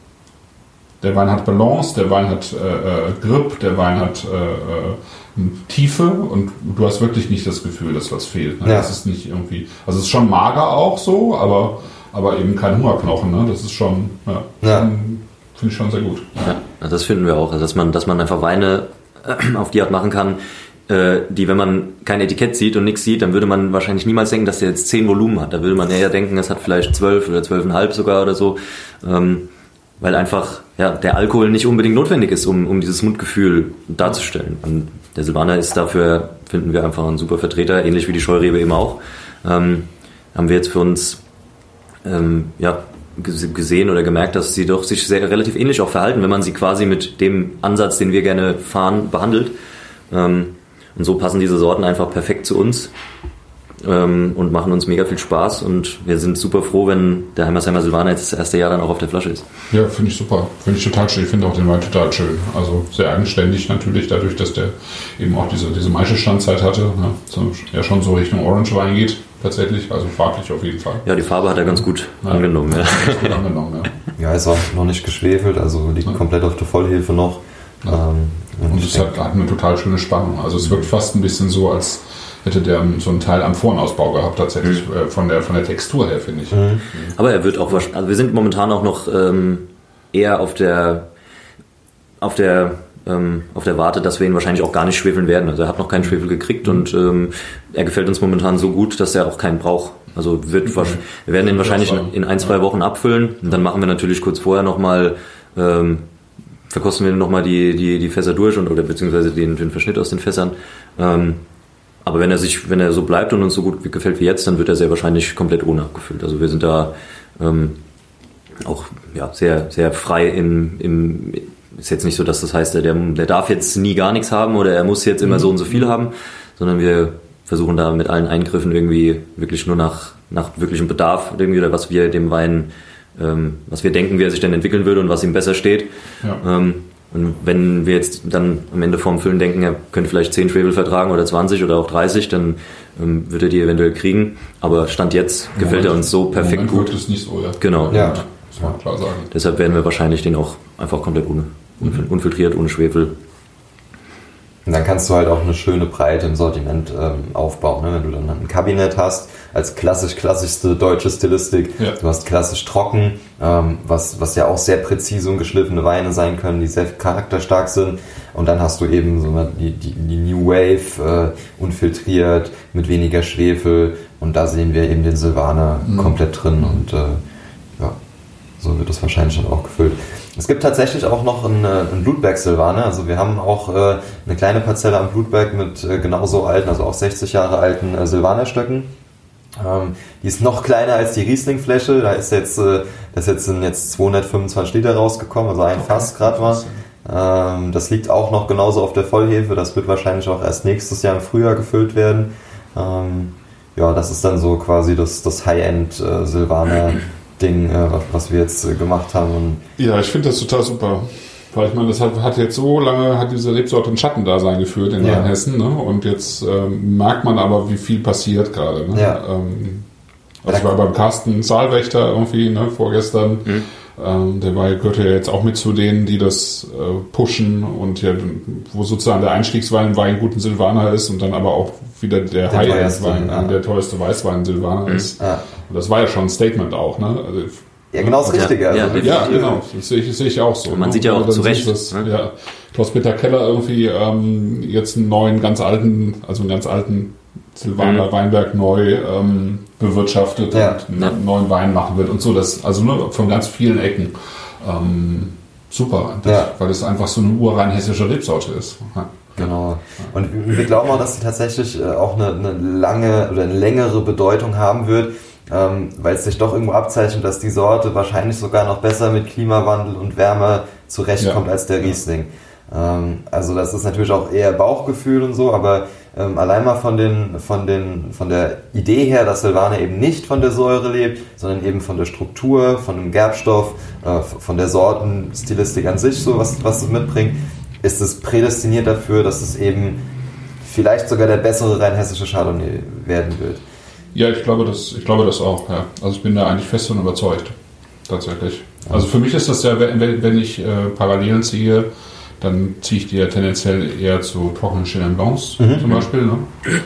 der Wein hat Balance, der Wein hat äh, Grip, der Wein hat äh, äh, Tiefe und du hast wirklich nicht das Gefühl, dass was fehlt. Ne? Ja. Das ist nicht irgendwie, also es ist schon mager auch so, aber, aber eben kein Hungerknochen. Ne? Das ist schon, ja, ja. schon finde ich schon sehr gut. Ja, das finden wir auch, also dass man, dass man einfach Weine auf die Art machen kann, die, wenn man kein Etikett sieht und nichts sieht, dann würde man wahrscheinlich niemals denken, dass der jetzt zehn Volumen hat. Da würde man eher denken, es hat vielleicht zwölf oder zwölf Komma fünf sogar oder so, ähm, weil einfach ja, der Alkohol nicht unbedingt notwendig ist, um, um dieses Mundgefühl darzustellen. Und der Silvaner ist dafür, finden wir, einfach ein super Vertreter, ähnlich wie die Scheurebe eben auch. Ähm, haben wir jetzt für uns ähm, ja, gesehen oder gemerkt, dass sie doch sich sehr relativ ähnlich auch verhalten, wenn man sie quasi mit dem Ansatz, den wir gerne fahren, behandelt. Ähm, Und so passen diese Sorten einfach perfekt zu uns ähm, und machen uns mega viel Spaß. Und wir sind super froh, wenn der Heimersheimer Silvaner jetzt das erste Jahr dann auch auf der Flasche ist. Ja, finde ich super. Finde ich total schön. Ich finde auch den Wein total schön. Also sehr eigenständig natürlich, dadurch, dass der eben auch diese, diese Maischestandzeit hatte. Ne? So, ja, schon so Richtung Orange-Wein geht tatsächlich. Also farblich auf jeden Fall. Ja, die Farbe hat er ganz gut ja. angenommen. Ja. Ganz gut angenommen, ja. Ja, ist auch noch nicht geschwefelt, also liegt ja. komplett auf der Vollhefe noch. Ja. Ähm, Und es hat, hat eine total schöne Spannung. Also es wirkt fast ein bisschen so, als hätte der so einen Teil am Vorenausbau gehabt, tatsächlich mhm. von der von der Textur her, finde ich. Mhm. Aber er wird auch, also wir sind momentan auch noch ähm, eher auf der auf der ähm, auf der Warte, dass wir ihn wahrscheinlich auch gar nicht schwefeln werden. Also er hat noch keinen Schwefel gekriegt mhm. und ähm, er gefällt uns momentan so gut, dass er auch keinen braucht. Also wird mhm. wir werden ihn wahrscheinlich in, in ein, zwei Wochen abfüllen. Und dann machen wir natürlich kurz vorher nochmal ähm, verkosten wir nochmal die, die, die Fässer durch und, oder beziehungsweise den, den Verschnitt aus den Fässern. Ähm, aber wenn er sich, wenn er so bleibt und uns so gut gefällt wie jetzt, dann wird er sehr wahrscheinlich komplett ohne abgefüllt. Also wir sind da ähm, auch ja, sehr, sehr frei im, im, ist jetzt nicht so, dass das heißt, der, der darf jetzt nie gar nichts haben oder er muss jetzt immer so und so viel haben, sondern wir versuchen da mit allen Eingriffen irgendwie wirklich nur nach, nach wirklichem Bedarf irgendwie oder was wir dem Wein Ähm, was wir denken, wie er sich denn entwickeln würde und was ihm besser steht. Ja. Ähm, und wenn wir jetzt dann am Ende vorm Füllen denken, er könnte vielleicht zehn Schwefel vertragen oder zwanzig oder auch dreißig, dann ähm, wird er die eventuell kriegen. Aber Stand jetzt Moment, gefällt er uns so perfekt Moment gut. Wird es nicht so, ja. Genau. Ja. Das muss man klar sagen. Deshalb werden wir wahrscheinlich den auch einfach komplett ohne, mhm. unfiltriert, ohne Schwefel. Und dann kannst du halt auch eine schöne Breite im Sortiment ähm, aufbauen, ne? Wenn du dann ein Kabinett hast, als klassisch klassischste deutsche Stilistik. Ja. Du hast klassisch trocken, ähm, was, was ja auch sehr präzise und geschliffene Weine sein können, die sehr charakterstark sind. Und dann hast du eben so die, die, die New Wave, äh, unfiltriert, mit weniger Schwefel. Und da sehen wir eben den Silvaner mhm. komplett drin. Und äh, ja, so wird das wahrscheinlich dann auch gefüllt. Es gibt tatsächlich auch noch einen, einen Blutberg-Silvaner. Also wir haben auch äh, eine kleine Parzelle am Blutberg mit äh, genauso alten, also auch sechzig Jahre alten äh, Silvanerstöcken. Ähm, die ist noch kleiner als die Riesling-Fläche. Da ist jetzt, äh, das jetzt sind jetzt zweihundertfünfundzwanzig Liter rausgekommen, also ein okay. Fass gerade mal. Ähm, das liegt auch noch genauso auf der Vollhefe. Das wird wahrscheinlich auch erst nächstes Jahr im Frühjahr gefüllt werden. Ähm, ja, das ist dann so quasi das, das High-End äh, Silvaner-Ding, äh, was, was wir jetzt äh, gemacht haben. Und ja, ich finde das total super. Weil ich meine, das hat, hat jetzt so lange, hat diese Rebsorte ein Schattendasein geführt in ja. Rheinhessen, ne? Und jetzt ähm, merkt man aber, wie viel passiert gerade. Ne? Ja. Ähm, also ich war beim Carsten Saalwächter irgendwie, ne, vorgestern. Mhm. Ähm, der war, gehört ja jetzt auch mit zu denen, die das äh, pushen und ja, wo sozusagen der Einstiegswein ein Weingut ein Silvaner ist und dann aber auch wieder der, der High-End-Wein, ja. der teuerste Weißwein Silvaner mhm. ist. Ja. Und das war ja schon ein Statement auch, ne? Also, ja, genau das Richtige. Ja, also ja, ja genau. Das sehe ich, das sehe ich auch so. Und man ne? sieht ja auch zu Recht. Das, ne? Ja, Klaus-Peter Keller irgendwie ähm, jetzt einen neuen, ganz alten, also einen ganz alten Silvaner mhm. Weinberg neu ähm, bewirtschaftet ja. und einen neuen Wein machen wird und so. Das, also nur von ganz vielen Ecken. Ähm, super, das, ja. weil es einfach so eine urrein hessische Rebsorte ist. Ja. Genau. Und wir glauben auch, dass sie tatsächlich auch eine, eine lange oder eine längere Bedeutung haben wird, ähm, weil es sich doch irgendwo abzeichnet, dass die Sorte wahrscheinlich sogar noch besser mit Klimawandel und Wärme zurechtkommt ja. als der Riesling. Ähm, also das ist natürlich auch eher Bauchgefühl und so, aber ähm, allein mal von den, von den, von der Idee her, dass Silvaner eben nicht von der Säure lebt, sondern eben von der Struktur, von dem Gerbstoff, äh, von der Sortenstilistik an sich, so was, was es mitbringt, ist es prädestiniert dafür, dass es eben vielleicht sogar der bessere rheinhessische Chardonnay werden wird. Ja, ich glaube das, ich glaube das auch. Ja. Also ich bin da eigentlich fest und überzeugt, tatsächlich. Also für mich ist das ja, wenn, wenn ich äh, Parallelen ziehe, dann ziehe ich die ja tendenziell eher zu trockenen Chenin Blancs mhm. zum Beispiel. Ne?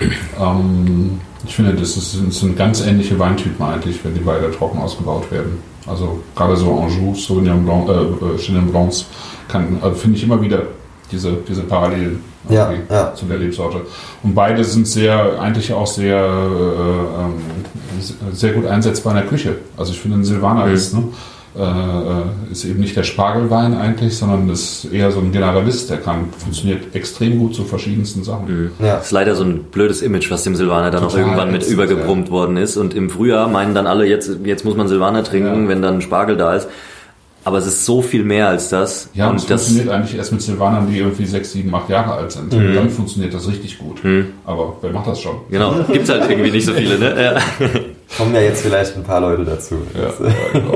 ähm, ich finde, das, ist, das sind ganz ähnliche Weintypen eigentlich, wenn die beide trocken ausgebaut werden. Also gerade so Anjou, Sauvignon Blanc, äh, Chenin Blancs, kann, also finde ich immer wieder diese, diese Parallelen ja, ja. zu der Rebsorte. Und beide sind sehr, eigentlich auch sehr, äh, sehr gut einsetzbar in der Küche. Also ich finde, ein Silvaner mhm. ist, ne, äh, ist eben nicht der Spargelwein eigentlich, sondern ist eher so ein Generalist, der kann, funktioniert extrem gut zu verschiedensten Sachen. Mhm. Ja. Das ist leider so ein blödes Image, was dem Silvaner dann Total auch irgendwann mit übergebrummt ja. worden ist. Und im Frühjahr meinen dann alle, jetzt, jetzt muss man Silvaner trinken, ja. wenn dann Spargel da ist. Aber es ist so viel mehr als das. Ja, und es funktioniert eigentlich erst mit Silvanern, die irgendwie sechs, sieben, acht Jahre alt sind. Mhm. Dann funktioniert das richtig gut. Mhm. Aber wer macht das schon? Genau, gibt's halt irgendwie nicht so viele, ne? Ja. Kommen ja jetzt vielleicht ein paar Leute dazu. Ja, ja, genau.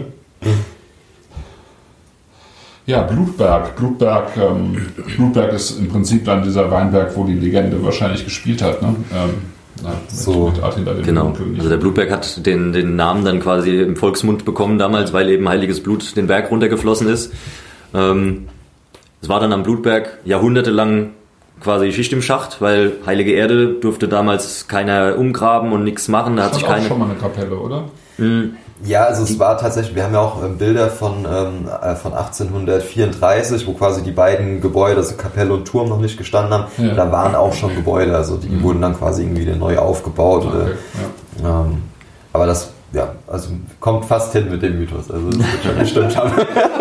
Ja, Blutberg. Blutberg, ähm, Blutberg ist im Prinzip dann dieser Weinberg, wo die Legende wahrscheinlich gespielt hat, ne? Ähm, Na, so, mit Attila, den genau. Also der Blutberg hat den, den Namen dann quasi im Volksmund bekommen damals, weil eben heiliges Blut den Berg runtergeflossen ist. Ähm, es war dann am Blutberg jahrhundertelang quasi Schicht im Schacht, weil heilige Erde durfte damals keiner umgraben und nichts machen. Da hat sich keine. Auch schon mal eine Kapelle, oder? Mhm. Ja, also es war tatsächlich, wir haben ja auch Bilder von, ähm, von achtzehnhundertvierunddreißig, wo quasi die beiden Gebäude, also Kapelle und Turm noch nicht gestanden haben. Ja. Da waren auch schon Gebäude, also die mhm. wurden dann quasi irgendwie wieder neu aufgebaut. Okay. Oder, ja. ähm, aber das, ja, also kommt fast hin mit dem Mythos. Also das wird schon bestimmt haben.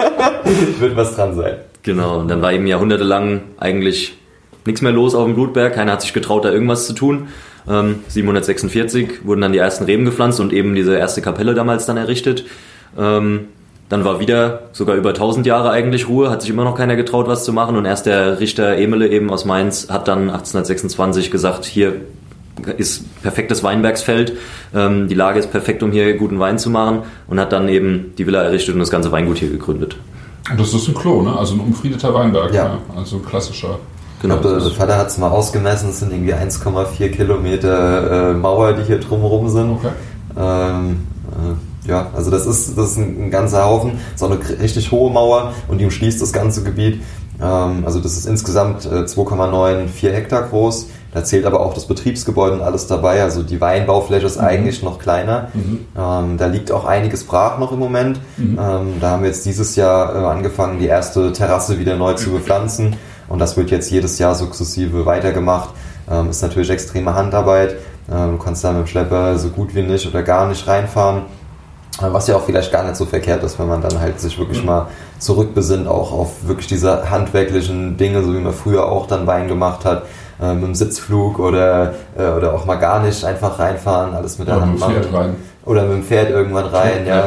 Wird was dran sein. Genau, und dann war eben jahrhundertelang eigentlich nichts mehr los auf dem Blutberg. Keiner hat sich getraut, da irgendwas zu tun. Ähm, siebenhundertsechsundvierzig wurden dann die ersten Reben gepflanzt und eben diese erste Kapelle damals dann errichtet. Ähm, dann war wieder sogar über tausend Jahre eigentlich Ruhe, hat sich immer noch keiner getraut, was zu machen. Und erst der Richter Emele eben aus Mainz hat dann achtzehnhundertsechsundzwanzig gesagt, hier ist perfektes Weinbergsfeld, ähm, die Lage ist perfekt, um hier guten Wein zu machen, und hat dann eben die Villa errichtet und das ganze Weingut hier gegründet. Und das ist ein Klo, ne? Also ein umfriedeter Weinberg, ja. Ja. Also ein klassischer. Genau. Ich glaube, der Vater hat es mal ausgemessen, es sind irgendwie eins Komma vier Kilometer äh, Mauer, die hier drumherum sind. Okay. Ähm, äh, ja, also das ist, das ist ein, ein ganzer Haufen, so eine richtig hohe Mauer, und die umschließt das ganze Gebiet. Ähm, also das ist insgesamt äh, zwei Komma neunundneunzig Hektar groß. Da zählt aber auch das Betriebsgebäude und alles dabei. Also die Weinbaufläche ist mhm. eigentlich noch kleiner. Mhm. Ähm, da liegt auch einiges brach noch im Moment. Mhm. Ähm, da haben wir jetzt dieses Jahr äh, angefangen, die erste Terrasse wieder neu zu bepflanzen. Und das wird jetzt jedes Jahr sukzessive weitergemacht. Ähm, ist natürlich extreme Handarbeit. Ähm, du kannst da mit dem Schlepper so gut wie nicht oder gar nicht reinfahren. Äh, was ja auch vielleicht gar nicht so verkehrt ist, wenn man dann halt sich wirklich mal zurückbesinnt, auch auf wirklich diese handwerklichen Dinge, so wie man früher auch dann Wein gemacht hat. Äh, mit dem Sitzflug oder, äh, oder auch mal gar nicht einfach reinfahren, alles mit der oder Hand mit dem Pferd machen. rein. Oder mit dem Pferd irgendwann rein, ja. ja.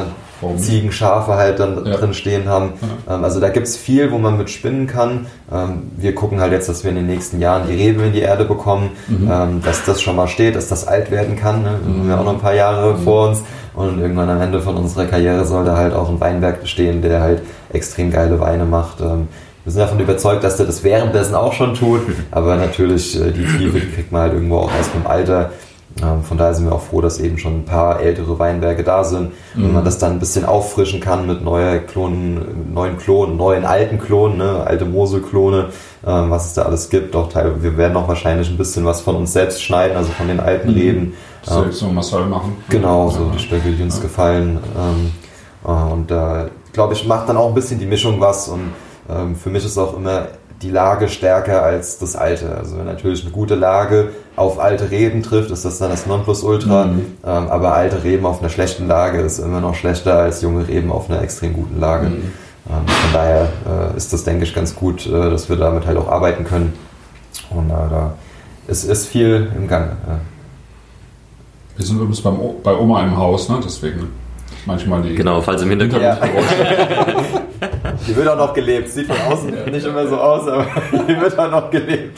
Ziegen, Schafe halt dann ja. drin stehen haben. Ja. Ähm, also da gibt's viel, wo man mit spinnen kann. Ähm, wir gucken halt jetzt, dass wir in den nächsten Jahren die Reben in die Erde bekommen, mhm. ähm, dass das schon mal steht, dass das alt werden kann. Ne? Wir mhm. haben ja auch noch ein paar Jahre mhm. vor uns. Und irgendwann am Ende von unserer Karriere soll da halt auch ein Weinberg bestehen, der halt extrem geile Weine macht. Ähm, wir sind davon überzeugt, dass der das währenddessen auch schon tut, aber natürlich äh, die Tiefe, die kriegt man halt irgendwo auch erst mit dem Alter. Ähm, von daher sind wir auch froh, dass eben schon ein paar ältere Weinberge da sind und mhm. man das dann ein bisschen auffrischen kann mit neue Klonen, neuen Klonen, neuen alten Klonen, ne? Alte Mosel-Klone, ähm, was es da alles gibt. Auch teilweise, wir werden auch wahrscheinlich ein bisschen was von uns selbst schneiden, also von den alten mhm. Reben. Selbst ähm, so Massal machen. Genau, so die Stöcke, die uns ja. gefallen. Ähm, äh, und da, äh, glaube ich, macht dann auch ein bisschen die Mischung was und ähm, für mich ist auch immer die Lage stärker als das Alte. Also wenn natürlich eine gute Lage auf alte Reben trifft, ist das dann das Nonplusultra. Mhm. Ähm, aber alte Reben auf einer schlechten Lage ist immer noch schlechter als junge Reben auf einer extrem guten Lage. Mhm. Ähm, von daher äh, ist das, denke ich, ganz gut, äh, dass wir damit halt auch arbeiten können. Und äh, da ist, ist viel im Gange. Ja. Wir sind übrigens beim o- bei Oma im Haus, ne? Deswegen manchmal die... Genau, falls im Hintergrund... Ja. Die wird auch noch gelebt. Sieht von außen nicht immer so aus, aber die wird auch noch gelebt.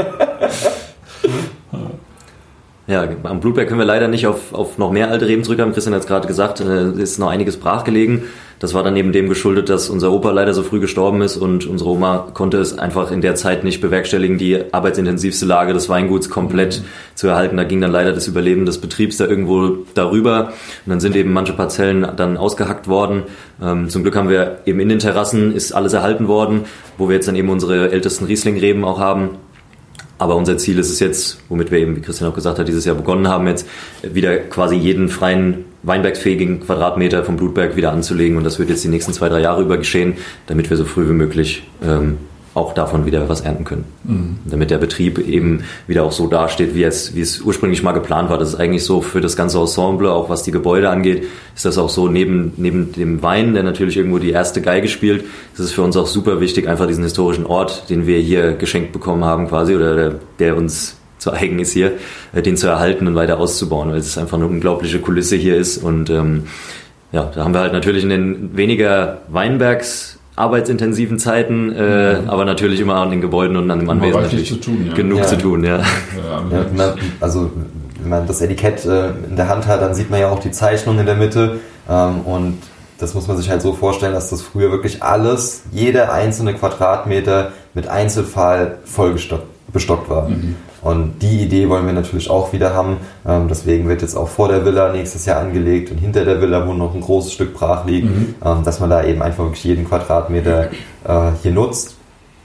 Ja, am Blutberg können wir leider nicht auf, auf noch mehr alte Reben zurückkommen. Christian hat es gerade gesagt, es ist noch einiges brachgelegen. Das war dann eben dem geschuldet, dass unser Opa leider so früh gestorben ist und unsere Oma konnte es einfach in der Zeit nicht bewerkstelligen, die arbeitsintensivste Lage des Weinguts komplett mhm. zu erhalten. Da ging dann leider das Überleben des Betriebs da irgendwo darüber und dann sind eben manche Parzellen dann ausgehackt worden. Ähm, zum Glück haben wir eben in den Terrassen ist alles erhalten worden, wo wir jetzt dann eben unsere ältesten Rieslingreben auch haben. Aber unser Ziel ist es jetzt, womit wir eben, wie Christian auch gesagt hat, dieses Jahr begonnen haben, jetzt wieder quasi jeden freien weinbergsfähigen Quadratmeter vom Blutberg wieder anzulegen. Und das wird jetzt die nächsten zwei, drei Jahre über geschehen, damit wir so früh wie möglich ähm, auch davon wieder was ernten können. Mhm. Damit der Betrieb eben wieder auch so dasteht, wie es, wie es ursprünglich mal geplant war. Das ist eigentlich so für das ganze Ensemble, auch was die Gebäude angeht, ist das auch so neben, neben dem Wein, der natürlich irgendwo die erste Geige spielt, ist es für uns auch super wichtig, einfach diesen historischen Ort, den wir hier geschenkt bekommen haben quasi, oder der, der uns zu eigen ist hier, den zu erhalten und weiter auszubauen, weil es einfach eine unglaubliche Kulisse hier ist. Und ähm, ja, da haben wir halt natürlich in den weniger Weinbergs arbeitsintensiven Zeiten, äh, mhm. aber natürlich immer an den Gebäuden und an dem Anwesen natürlich zu tun, ja. genug ja. zu tun. Ja. Ja, ja, man, also wenn man das Etikett äh, in der Hand hat, dann sieht man ja auch die Zeichnung in der Mitte ähm, und das muss man sich halt so vorstellen, dass das früher wirklich alles, jeder einzelne Quadratmeter mit Einzelpfahl vollgestockt bestockt war. Mhm. Und die Idee wollen wir natürlich auch wieder haben. Ähm, deswegen wird jetzt auch vor der Villa nächstes Jahr angelegt und hinter der Villa, wo noch ein großes Stück brach liegt, mhm. ähm, dass man da eben einfach wirklich jeden Quadratmeter äh, hier nutzt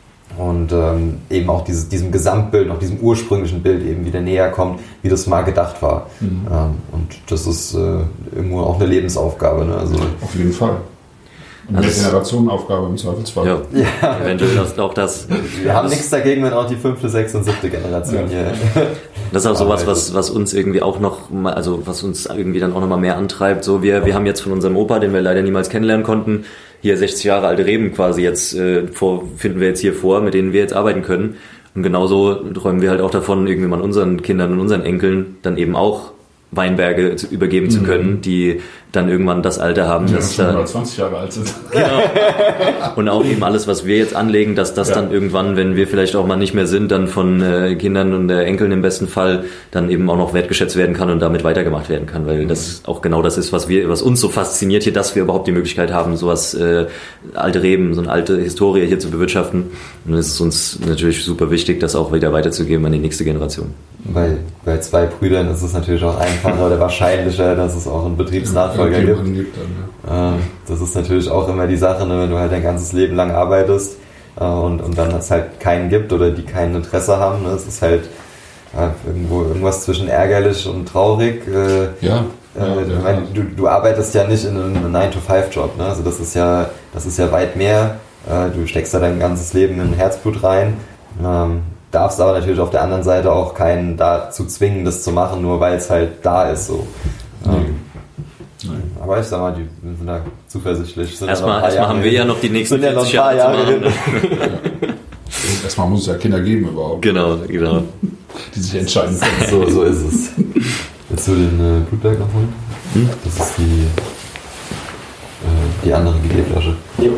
und ähm, eben auch dieses, diesem Gesamtbild, noch diesem ursprünglichen Bild eben wieder näher kommt, wie das mal gedacht war. Mhm. Ähm, und das ist äh, irgendwo auch eine Lebensaufgabe. Ne? Also, auf jeden Fall. Eine also Generationenaufgabe im Zweifelsfall. Ja, ja. Eventuell das, auch das. Wir haben nichts dagegen, wenn auch die fünfte, sechste und siebte Generation ja. hier. Das ist auch sowas, was, was uns irgendwie auch noch, also was uns irgendwie dann auch noch mal mehr antreibt. So, wir, wir haben jetzt von unserem Opa, den wir leider niemals kennenlernen konnten, hier sechzig Jahre alte Reben quasi jetzt äh, vor, finden wir jetzt hier vor, mit denen wir jetzt arbeiten können. Und genauso träumen wir halt auch davon, irgendwie mal unseren Kindern und unseren Enkeln dann eben auch Weinberge übergeben zu können, mhm. die dann irgendwann das Alter haben, die dass schon da zwanzig Jahre alt sind. Genau. Und auch eben alles, was wir jetzt anlegen, dass das ja. dann irgendwann, wenn wir vielleicht auch mal nicht mehr sind, dann von äh, Kindern und äh, Enkeln im besten Fall dann eben auch noch wertgeschätzt werden kann und damit weitergemacht werden kann, weil mhm. das auch genau das ist, was wir, was uns so fasziniert hier, dass wir überhaupt die Möglichkeit haben, sowas äh, alte Reben, so eine alte Historie hier zu bewirtschaften. Und es ist uns natürlich super wichtig, das auch wieder weiterzugeben an die nächste Generation. Bei, bei zwei Brüdern ist es natürlich auch einfacher oder wahrscheinlicher, dass es auch einen Betriebsnachfolger ja, gibt. gibt dann, ja. Das ist natürlich auch immer die Sache, ne, wenn du halt dein ganzes Leben lang arbeitest äh, und, und dann es halt keinen gibt oder die kein Interesse haben. Ne, es ist halt äh, irgendwo irgendwas zwischen ärgerlich und traurig. Äh, ja. Äh, ja, ich mein, du, du arbeitest ja nicht in einem nine to five Job. Ne? Also das ist ja, das ist ja weit mehr. Äh, du steckst da dein ganzes Leben in Herzblut rein. Ähm, darfst aber natürlich auf der anderen Seite auch keinen dazu zwingen, das zu machen, nur weil es halt da ist. So. Nee. Ähm, nee. Aber ich sag mal, die sind da zuversichtlich. Erstmal, erstmal haben wir ja noch die nächsten ja vierzig Jahre, Jahre zu machen. Ja. Erstmal muss es ja Kinder geben überhaupt. Genau, genau. Die sich entscheiden können. So, so ist es. Willst du den äh, Blutberg noch holen? Hm? Das ist die... die andere G D-Flasche. Ja.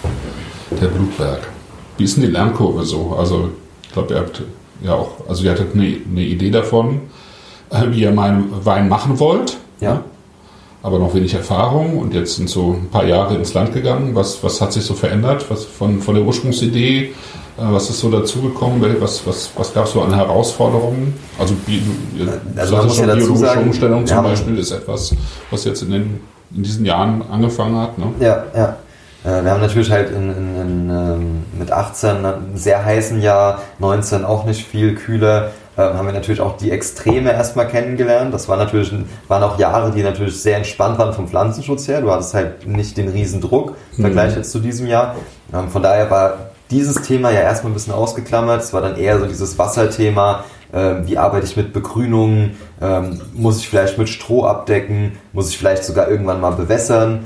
Der Blutberg. Wie ist denn die Lernkurve so? Also, ich glaube, ihr habt ja auch, also ihr hattet eine, eine Idee davon, wie ihr meinen Wein machen wollt. Ja. Aber noch wenig Erfahrung und jetzt sind so ein paar Jahre ins Land gegangen. Was, was hat sich so verändert? Was von, von der Ursprungsidee? Was ist so dazugekommen? Was, was, was gab es so an Herausforderungen? Also, also man muss ja dazu biologische sagen, Umstellung zum ja, Beispiel ist etwas, was jetzt in, den, in diesen Jahren angefangen hat. Ne? Ja, ja. Wir haben natürlich halt in, in, in, mit achtzehn einen sehr heißen Jahr, neunzehn auch nicht viel kühler, haben wir natürlich auch die Extreme erstmal kennengelernt. Das war natürlich, waren auch Jahre, die natürlich sehr entspannt waren vom Pflanzenschutz her. Du hattest halt nicht den riesen Druck im Vergleich jetzt zu diesem Jahr. Von daher war dieses Thema ja erstmal ein bisschen ausgeklammert. Es war dann eher so dieses Wasserthema. Wie arbeite ich mit Begrünungen? Muss ich vielleicht mit Stroh abdecken? Muss ich vielleicht sogar irgendwann mal bewässern?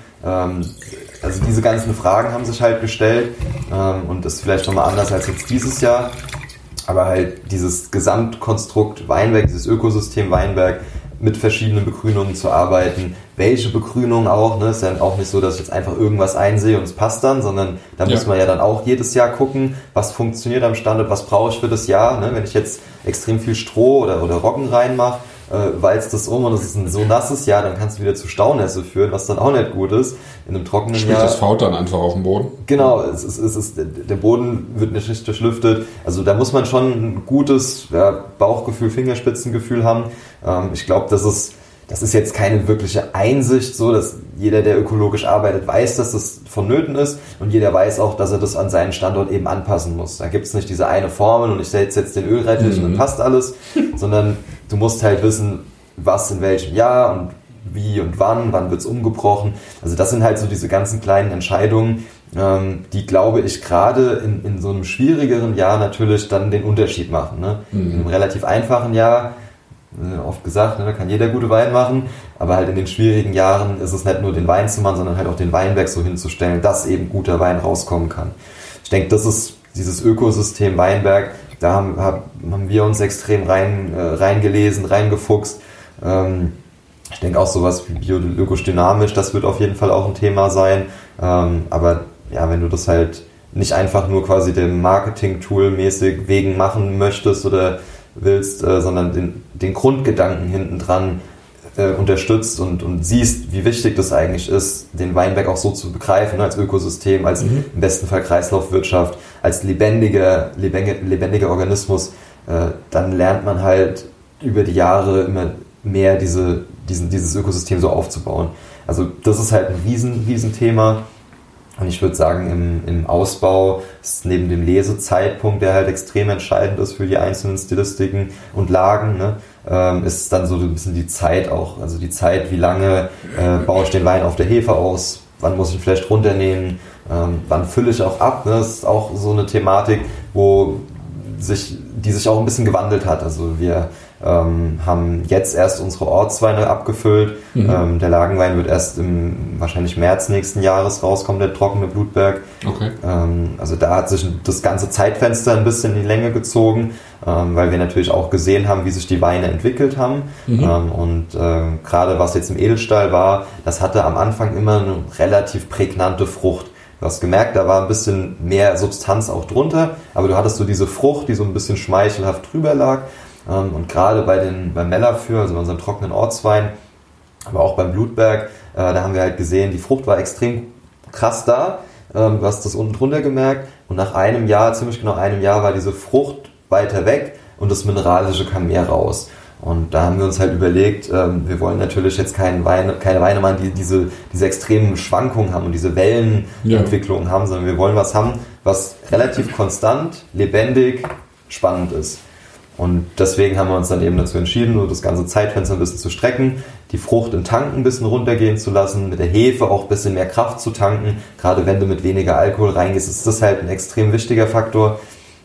Also diese ganzen Fragen haben sich halt gestellt. Und das ist vielleicht nochmal anders als jetzt dieses Jahr. Aber halt dieses Gesamtkonstrukt Weinberg, dieses Ökosystem Weinberg mit verschiedenen Begrünungen zu arbeiten. Welche Begrünung auch, ne? Ist ja auch nicht so, dass ich jetzt einfach irgendwas einsehe und es passt dann, sondern da ja. muss man ja dann auch jedes Jahr gucken, was funktioniert am Standort, was brauche ich für das Jahr. Ne? Wenn ich jetzt extrem viel Stroh oder, oder Roggen reinmache, äh, walzt das um und es ist ein so nasses Jahr, dann kannst du wieder zu Staunässe führen, was dann auch nicht gut ist. In einem trockenen Sprich, Jahr. das fault dann einfach auf dem Boden? Genau, es ist, es ist, der Boden wird nicht richtig durchlüftet. Also da muss man schon ein gutes ja, Bauchgefühl, Fingerspitzengefühl haben. Ähm, ich glaube, das ist, das ist jetzt keine wirkliche Einsicht, so dass jeder, der ökologisch arbeitet, weiß, dass das vonnöten ist und jeder weiß auch, dass er das an seinen Standort eben anpassen muss. Da gibt es nicht diese eine Formel und ich setze jetzt den Ölrettich mhm. und dann passt alles, sondern du musst halt wissen, was in welchem Jahr und wie und wann, wann wird's umgebrochen. Also das sind halt so diese ganzen kleinen Entscheidungen, ähm, die, glaube ich, gerade in, in so einem schwierigeren Jahr natürlich dann den Unterschied machen. Ne? Mhm. In einem relativ einfachen Jahr, äh, oft gesagt, ne, da kann jeder gute Wein machen, aber halt in den schwierigen Jahren ist es nicht nur den Wein zu machen, sondern halt auch den Weinberg so hinzustellen, dass eben guter Wein rauskommen kann. Ich denke, das ist dieses Ökosystem Weinberg, da haben, haben wir uns extrem rein, äh, reingelesen, reingefuchst. Ähm, Ich denke auch sowas wie biologisch dynamisch, das wird auf jeden Fall auch ein Thema sein. Ähm, aber ja, wenn du das halt nicht einfach nur quasi dem Marketing-Tool mäßig wegen machen möchtest oder willst, äh, sondern den, den Grundgedanken hinten dran äh, unterstützt und, und siehst, wie wichtig das eigentlich ist, den Weinberg auch so zu begreifen, ne, als Ökosystem, als mhm. im besten Fall Kreislaufwirtschaft, als lebendiger, lebendiger, lebendiger Organismus, äh, dann lernt man halt über die Jahre immer mehr diese, diesen, dieses Ökosystem so aufzubauen. Also das ist halt ein riesen, riesen Thema. Und ich würde sagen, im, im Ausbau ist neben dem Lesezeitpunkt, der halt extrem entscheidend ist für die einzelnen Stilistiken und Lagen, ne, ähm, ist dann so ein bisschen die Zeit auch. Also die Zeit, wie lange äh, baue ich den Wein auf der Hefe aus, wann muss ich ihn vielleicht runternehmen, ähm, wann fülle ich auch ab. Ne? Das ist auch so eine Thematik, wo sich, die sich auch ein bisschen gewandelt hat. Also wir Ähm, haben jetzt erst unsere Ortsweine abgefüllt. Mhm. Ähm, der Lagenwein wird erst im wahrscheinlich März nächsten Jahres rauskommen, der trockene Blutberg. Okay. Ähm, also da hat sich das ganze Zeitfenster ein bisschen in die Länge gezogen, ähm, weil wir natürlich auch gesehen haben, wie sich die Weine entwickelt haben. Mhm. Ähm, und äh, gerade was jetzt im Edelstahl war, das hatte am Anfang immer eine relativ prägnante Frucht. Du hast gemerkt, da war ein bisschen mehr Substanz auch drunter, aber du hattest so diese Frucht, die so ein bisschen schmeichelhaft drüber lag. Und gerade bei den, beim Mellafür, also bei unserem trockenen Ortswein, aber auch beim Blutberg, äh, da haben wir halt gesehen, die Frucht war extrem krass da. Ähm, du hast das unten drunter gemerkt und nach einem Jahr, ziemlich genau einem Jahr, war diese Frucht weiter weg und das Mineralische kam mehr raus. Und da haben wir uns halt überlegt, ähm, wir wollen natürlich jetzt keinen Wein, keine Weine machen, die diese, diese extremen Schwankungen haben und diese Wellenentwicklungen ja. haben, sondern wir wollen was haben, was relativ konstant, lebendig, spannend ist. Und deswegen haben wir uns dann eben dazu entschieden, so das ganze Zeitfenster ein bisschen zu strecken, die Frucht im Tanken ein bisschen runtergehen zu lassen, mit der Hefe auch ein bisschen mehr Kraft zu tanken. Gerade wenn du mit weniger Alkohol reingehst, ist das halt ein extrem wichtiger Faktor.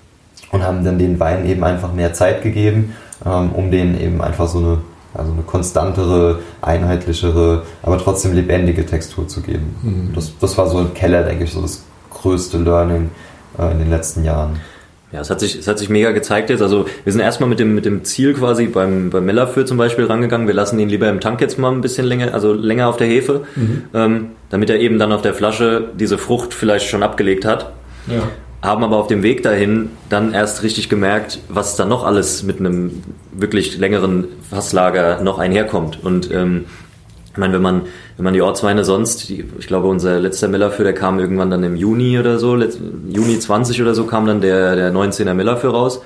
Und haben dann den Wein eben einfach mehr Zeit gegeben, um denen eben einfach so eine, also eine konstantere, einheitlichere, aber trotzdem lebendige Textur zu geben. Mhm. Das, das war so im Keller, denke ich, so das größte Learning in den letzten Jahren. Ja, es hat sich, es hat sich mega gezeigt jetzt. Also wir sind erstmal mit dem, mit dem Ziel quasi beim, beim Mellafür zum Beispiel rangegangen. Wir lassen ihn lieber im Tank jetzt mal ein bisschen länger, also länger auf der Hefe, mhm. ähm, damit er eben dann auf der Flasche diese Frucht vielleicht schon abgelegt hat. Ja. Haben aber auf dem Weg dahin dann erst richtig gemerkt, was da noch alles mit einem wirklich längeren Fasslager noch einherkommt. Und ähm, ich meine, wenn man, wenn man die Ortsweine sonst, die, ich glaube, unser letzter Mellafür, der kam irgendwann dann im Juni oder so, letzt, Juni zwanzig oder so kam dann der, der neunzehner Mellafür raus.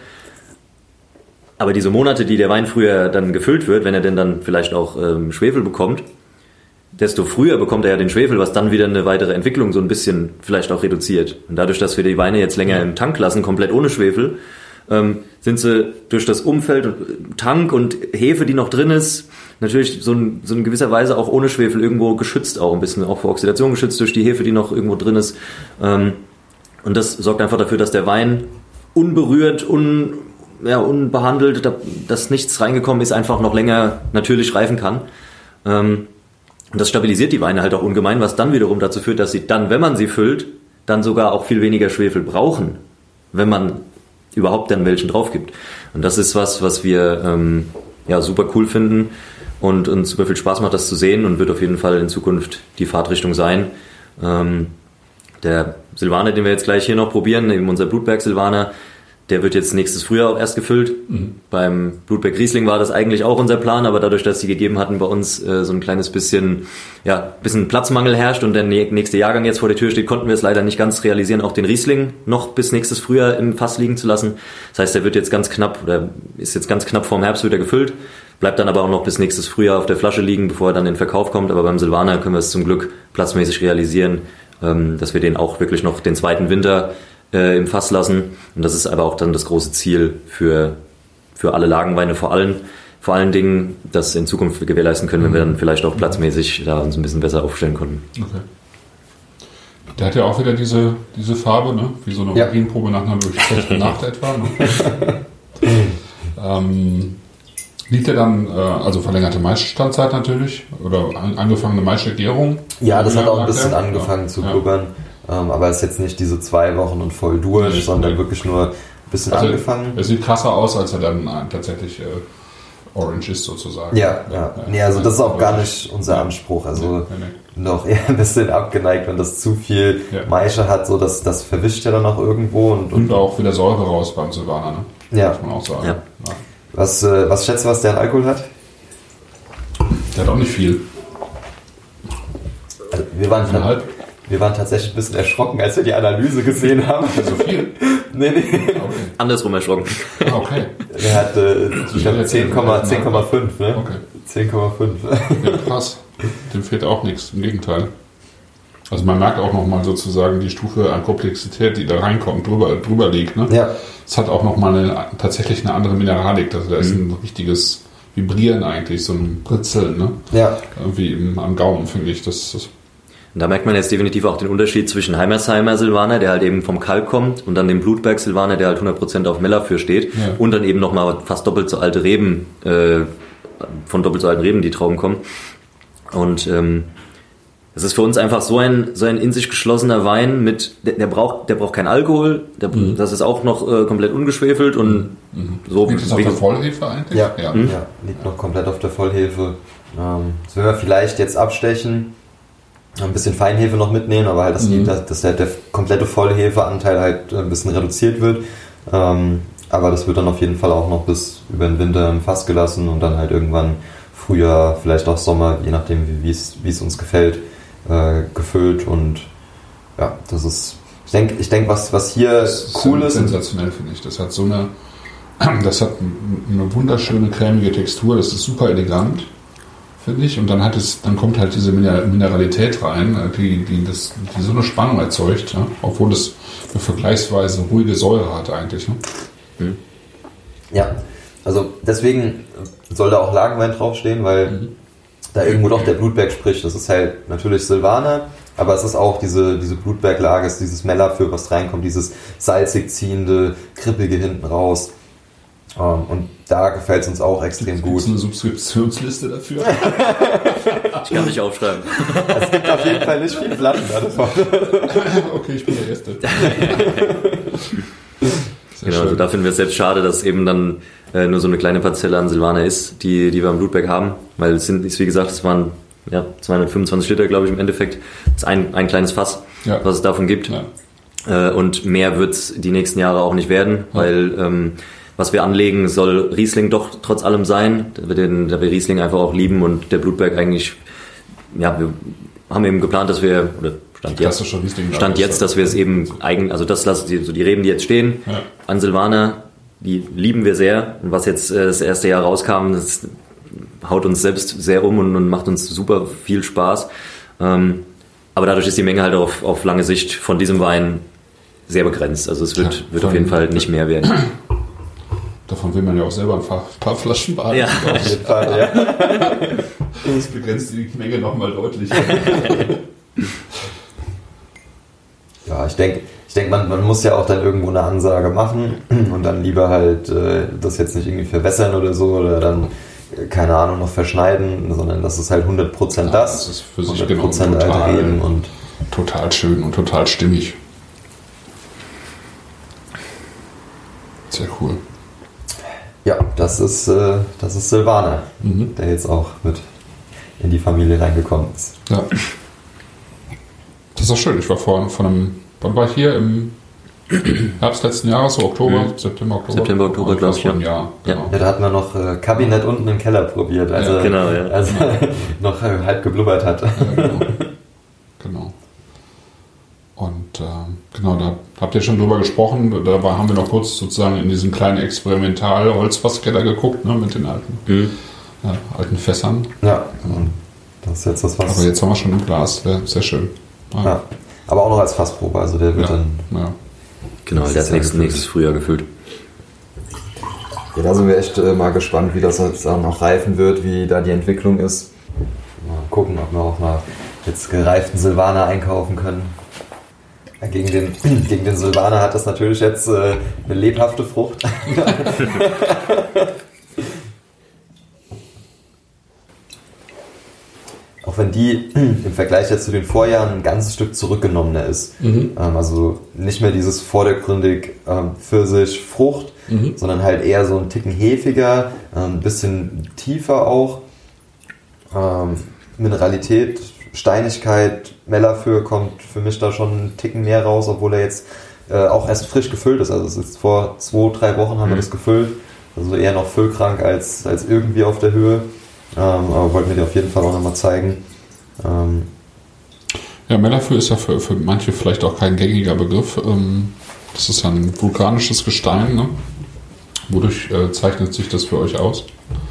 Aber diese Monate, die der Wein früher dann gefüllt wird, wenn er denn dann vielleicht auch ähm, Schwefel bekommt, desto früher bekommt er ja den Schwefel, was dann wieder eine weitere Entwicklung so ein bisschen vielleicht auch reduziert. Und dadurch, dass wir die Weine jetzt länger im Tank lassen, komplett ohne Schwefel, ähm, sind sie durch das Umfeld, Tank und Hefe, die noch drin ist, natürlich so in, so in gewisser Weise auch ohne Schwefel irgendwo geschützt, auch ein bisschen auch vor Oxidation geschützt durch die Hefe, die noch irgendwo drin ist. Ähm, und das sorgt einfach dafür, dass der Wein unberührt, un, ja, unbehandelt, da, dass nichts reingekommen ist, einfach noch länger natürlich reifen kann. Ähm, und das stabilisiert die Weine halt auch ungemein, was dann wiederum dazu führt, dass sie dann, wenn man sie füllt, dann sogar auch viel weniger Schwefel brauchen, wenn man überhaupt dann welchen drauf gibt. Und das ist was, was wir ähm, ja super cool finden und uns super viel Spaß macht, das zu sehen und wird auf jeden Fall in Zukunft die Fahrtrichtung sein. Ähm, der Silvaner, den wir jetzt gleich hier noch probieren, eben unser Blutberg Silvaner, der wird jetzt nächstes Frühjahr auch erst gefüllt. Mhm. Beim Blutberg Riesling war das eigentlich auch unser Plan, aber dadurch, dass sie gegeben hatten, bei uns äh, so ein kleines bisschen, ja, bisschen Platzmangel herrscht und der nächste Jahrgang jetzt vor der Tür steht, konnten wir es leider nicht ganz realisieren, auch den Riesling noch bis nächstes Frühjahr im Fass liegen zu lassen. Das heißt, der wird jetzt ganz knapp, oder ist jetzt ganz knapp vorm Herbst wieder gefüllt, bleibt dann aber auch noch bis nächstes Frühjahr auf der Flasche liegen, bevor er dann in den Verkauf kommt. Aber beim Silvaner können wir es zum Glück platzmäßig realisieren, ähm, dass wir den auch wirklich noch den zweiten Winter äh, im Fass lassen. Und das ist aber auch dann das große Ziel für, für alle Lagenweine, vor allem, vor allen Dingen, das in Zukunft gewährleisten können, wenn wir dann vielleicht auch platzmäßig da uns ein bisschen besser aufstellen konnten. Okay. Der hat ja auch wieder diese, diese Farbe, ne? Wie so eine Ja. Urinprobe nach einer schlechten Nacht etwa. Ne? ähm, liegt der dann, äh, also verlängerte Maischestandzeit natürlich, oder an, angefangene Maischegärung? Ja, das Wie hat auch ein lange bisschen lag der? angefangen Ja. zu Ja. blubbern. Ähm, aber es ist jetzt nicht diese zwei Wochen und voll durch, Nee, sondern nee. wirklich nur ein bisschen Also, angefangen. es sieht krasser aus, als er dann äh, tatsächlich äh, orange ist sozusagen. Ja, ja. Nee, also das ist auch gar nicht unser Anspruch. Also Nee, nee, noch eher ein bisschen abgeneigt, wenn das zu viel Ja. Maische hat, so dass das verwischt ja dann auch irgendwo. Und, Und und auch wieder Säure raus beim Silvaner, ne? Ja. Muss man auch sagen. Ja. Ja. was, äh, was schätzt du, was der an Alkohol hat? Der hat auch nicht viel. Also wir, waren, Eineinhalb? wir waren tatsächlich ein bisschen erschrocken, als wir die Analyse gesehen haben. So viel? nee, nee. Okay. Andersrum erschrocken. Ah, okay. Der hat äh, ich glaube Ja, zehn Komma fünf, ne? Okay. zehn Komma fünf. Ja, krass. Dem fehlt auch nichts, im Gegenteil. Also man merkt auch nochmal sozusagen die Stufe an Komplexität, die da reinkommt, drüber, drüber liegt. Ne? Ja. Es hat auch nochmal eine, tatsächlich eine andere Mineralik. Also da ist Mhm. ein richtiges Vibrieren eigentlich, so ein Britzeln. Ne? Ja. Irgendwie im, am Gaumen, finde ich. Das, das Und da merkt man jetzt definitiv auch den Unterschied zwischen Heimersheimer Silvaner, der halt eben vom Kalk kommt, und dann dem Blutberg Silvaner, der halt hundert Prozent auf Mellafür steht, Ja. und dann eben nochmal fast doppelt so alte Reben, äh, von doppelt so alten Reben, die Trauben kommen. Und ähm, es ist für uns einfach so ein so ein in sich geschlossener Wein mit, der, der braucht der braucht keinen Alkohol, der, Mhm. das ist auch noch äh, komplett ungeschwefelt und so. liegt das auf wie- der Vollhefe eigentlich? Ja, ja. ja, liegt noch komplett auf der Vollhefe. Ähm, das werden wir vielleicht jetzt abstechen, ein bisschen Feinhefe noch mitnehmen, aber halt, dass, die, Mhm. dass, dass der, der komplette Vollhefeanteil halt ein bisschen reduziert wird. Ähm, aber das wird dann auf jeden Fall auch noch bis über den Winter im Fass gelassen und dann halt irgendwann Frühjahr, vielleicht auch Sommer, je nachdem, wie wie es wie es uns gefällt, äh, gefüllt. Und ja, das ist, ich denke, ich denk, was, was hier Das ist cool ist. sensationell, finde ich. Das hat so eine, das hat eine wunderschöne cremige Textur. Das ist super elegant, finde ich. Und dann hat es, dann kommt halt diese Miner- Mineralität rein, die, die, das, die so eine Spannung erzeugt, ja? Obwohl es eine vergleichsweise ruhige Säure hat eigentlich. Ne? Hm. Ja, also deswegen soll da auch Lagenwein draufstehen, weil Mhm. da irgendwo doch der Blutberg spricht. Das ist halt natürlich Silvaner, aber es ist auch diese, diese Blutberglage, es ist dieses Mellafür, was reinkommt, dieses salzig ziehende, kribbige hinten raus. Ähm, Und da gefällt es uns auch extrem Gibt gut. es eine Subskriptionsliste dafür? Ich kann nicht aufschreiben. Es gibt auf jeden Fall nicht viel Flaschen davon. Okay, ich bin der Erste. Sehr genau, schön. also da finden wir es selbst schade, dass eben dann äh, nur so eine kleine Parzelle an Silvaner ist, die, die wir am Blutberg haben, weil es sind, wie gesagt, es waren ja, zweihundertfünfundzwanzig Liter, glaube ich, im Endeffekt. Das ist ein, ein kleines Fass, Ja. was es davon gibt. Ja. Äh, und mehr wird es die nächsten Jahre auch nicht werden, ja. weil ähm, was wir anlegen, soll Riesling doch trotz allem sein, da wir, den, da wir Riesling einfach auch lieben und der Blutberg eigentlich, ja, wir haben eben geplant, dass wir, oder Stand Die jetzt, klassische Riesling- Stand jetzt, dass wir es eben eigen, also das lassen die, so die Reben, die jetzt stehen, Ja. an Silvaner, die lieben wir sehr. Und was jetzt äh, das erste Jahr rauskam, das haut uns selbst sehr um und, und macht uns super viel Spaß. Ähm, aber dadurch ist die Menge halt auf, auf lange Sicht von diesem Wein sehr begrenzt. Also es wird, Ja, wird auf jeden Fall nicht mehr werden. Davon will man ja auch selber ein paar, paar Flaschen behalten. Ja. Auf jeden Fall, ja. Das begrenzt die Menge nochmal deutlich. Ja, ich denke, ich denk, man, man muss ja auch dann irgendwo eine Ansage machen und dann lieber halt äh, das jetzt nicht irgendwie verwässern oder so oder dann, äh, keine Ahnung, noch verschneiden, sondern das ist halt hundert Prozent Ja, das, das ist für sich hundert Prozent genau total- alte Reben und Total schön und total stimmig. Sehr cool. ja, das ist, äh, das ist Silvaner, Mhm. der jetzt auch mit in die Familie reingekommen ist. Ja. Das ist auch schön. Ich war vor, vor einem, wann war ich hier? Im Herbst letzten Jahres, so Oktober, Mhm. September, Oktober. September, Oktober, Und glaub ich, vor einem ja. Jahr. Ja. Genau. Ja, da hat man noch äh, Kabinett unten im Keller probiert, also, Ja, genau, ja. also noch äh, halb geblubbert hat. Ja, genau. genau. Und ähm, genau, da habt ihr schon drüber gesprochen. Da war, haben wir noch kurz sozusagen in diesen kleinen Experimental-Holzfasskeller geguckt, ne, mit den alten, Mhm. ja, alten Fässern. Ja, und das ist jetzt das Fass. Aber jetzt haben wir schon im Glas. Sehr, sehr schön. Ja. Ja, aber auch noch als Fassprobe, also der wird Ja. dann. Ja. Genau, Das der ist ist ja nächstes, gefüllt. nächstes Frühjahr gefüllt. Ja, da sind wir echt äh, mal gespannt, wie das jetzt auch noch reifen wird, wie da die Entwicklung ist. Mal gucken, ob wir auch mal jetzt gereiften Silvaner einkaufen können. Ja, gegen, den, gegen den Silvaner hat das natürlich jetzt äh, eine lebhafte Frucht. Auch wenn die im Vergleich jetzt zu den Vorjahren ein ganzes Stück zurückgenommener ist. Mhm. Ähm, also nicht mehr dieses vordergründig ähm, Pfirsich Frucht, Mhm. sondern halt eher so ein Ticken hefiger, ein bisschen tiefer auch. Ähm, Mineralität, Steinigkeit, Mellafür kommt für mich da schon einen Ticken mehr raus, obwohl er jetzt äh, auch erst frisch gefüllt ist. Also es ist vor zwei, drei Wochen haben wir Mhm. das gefüllt. Also eher noch füllkrank als, als irgendwie auf der Höhe. Ähm, aber wollten wir dir auf jeden Fall auch nochmal zeigen. Ähm, Ja, Mellafür ist ja für, für manche vielleicht auch kein gängiger Begriff. Ähm, Das ist ja ein vulkanisches Gestein, ne? Wodurch äh, zeichnet sich das für euch aus?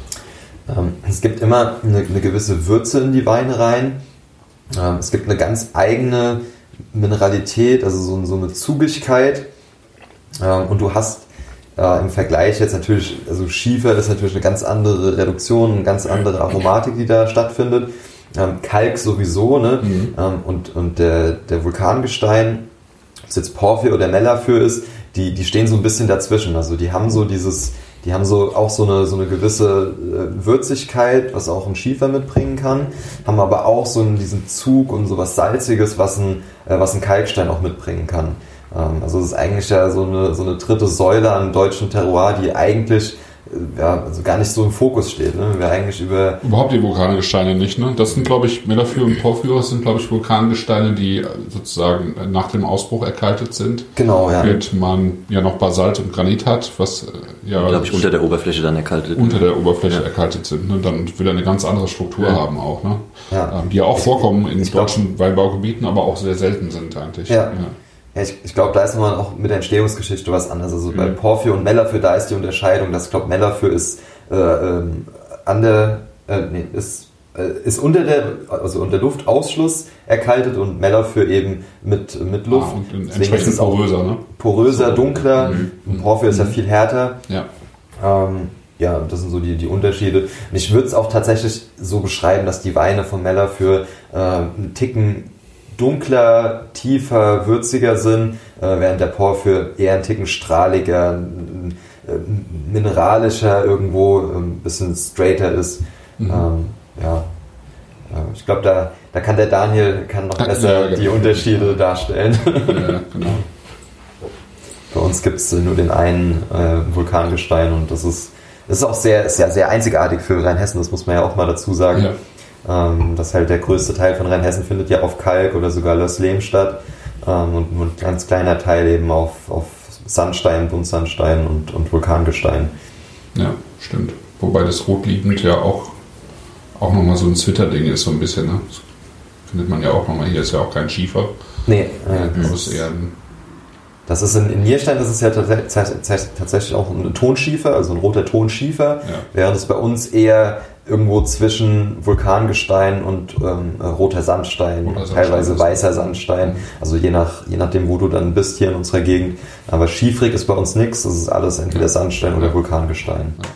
Ähm, es gibt immer eine, eine gewisse Würze in die Weine rein. Ähm, es gibt eine ganz eigene Mineralität, also so, so eine Zugigkeit. Ähm, und du hast äh, im Vergleich jetzt natürlich, also Schiefer ist natürlich eine ganz andere Reduktion, eine ganz andere Aromatik, die da stattfindet. Ähm, Kalk sowieso, ne? Mhm. Ähm, und, und der, der Vulkangestein, ob es jetzt Porphyr oder Mellafür ist, die, die stehen so ein bisschen dazwischen. Also die haben so dieses, die haben so auch so eine, so eine gewisse äh, Würzigkeit, was auch ein Schiefer mitbringen kann, haben aber auch so einen, diesen Zug und so was Salziges, was ein, äh, was ein Kalkstein auch mitbringen kann. Ähm, also es ist eigentlich ja so eine, so eine dritte Säule am deutschen Terroir, die eigentlich äh, ja, also gar nicht so im Fokus steht. Ne? Wir eigentlich über Überhaupt die Vulkangesteine nicht, ne? Das sind, glaube ich, Mellafür und Porphyr sind, glaube ich, Vulkangesteine, die äh, sozusagen nach dem Ausbruch erkaltet sind. genau, ja. Während man ja noch Basalt und Granit hat, was äh, ja Glaube ich, unter der Oberfläche dann erkaltet. unter der Oberfläche Ja. erkaltet sind. Ne? Dann wieder eine ganz andere Struktur Ja. haben auch, ne? Ja. Ähm, die ja auch vorkommen in ich glaub- deutschen Weinbaugebieten, aber auch sehr selten sind eigentlich. Ja. Ja, ich, ich glaube, da ist nochmal auch mit der Entstehungsgeschichte was anderes. Also bei Mhm. Porphyr und Mellafür, da ist die Unterscheidung, dass ich glaube, Mellafür ist äh, ähm, an der, äh, nee, ist, äh, ist unter der, also unter Luftausschluss erkaltet und Mellafür eben mit, mit Luft. Ah, und Deswegen ist entsprechend es auch poröser, ne? poröser, So. dunkler. Mhm. Und Porphyr ist ja viel härter. Ja. Ähm, ja, das sind so die, die Unterschiede. Und ich würde es auch tatsächlich so beschreiben, dass die Weine von Mellafür äh, einen Ticken dunkler, tiefer, würziger sind, äh, während der Porphyr eher ein Ticken strahliger, ein, ein, mineralischer, irgendwo ein bisschen straighter ist. Mhm. Ähm, ja. Äh, Ich glaube, da, da kann der Daniel kann noch Ja, besser ja, die genau. Unterschiede darstellen. Ja, genau. Bei uns uns gibt es nur den einen äh, Vulkangestein und das ist, das ist auch sehr, sehr, sehr einzigartig für Rheinhessen, das muss man ja auch mal dazu sagen. Ja. Ähm, dass halt der größte Teil von Rheinhessen findet ja auf Kalk oder sogar Lößlehm statt ähm, und nur ein ganz kleiner Teil eben auf, auf Sandstein, Buntsandstein und, und Vulkangestein. Ja, stimmt. Wobei das Rotliegend ja auch, auch nochmal so ein Zwitterding ist, so ein bisschen. Ne? Das findet man ja auch nochmal. Hier ist ja auch kein Schiefer. Nee. Ja, das ist eher ein Das ist in, in Nierstein, das ist ja tats- tatsächlich auch ein Tonschiefer, also ein roter Tonschiefer, ja. Während es bei uns eher irgendwo zwischen Vulkangestein und ähm, roter Sandstein, roter Sandstein teilweise weißer Sandstein, also je, nach, je nachdem, wo du dann bist hier in unserer Gegend. Aber schiefrig ist bei uns nichts, das ist alles entweder Sandstein oder Vulkangestein. Ja.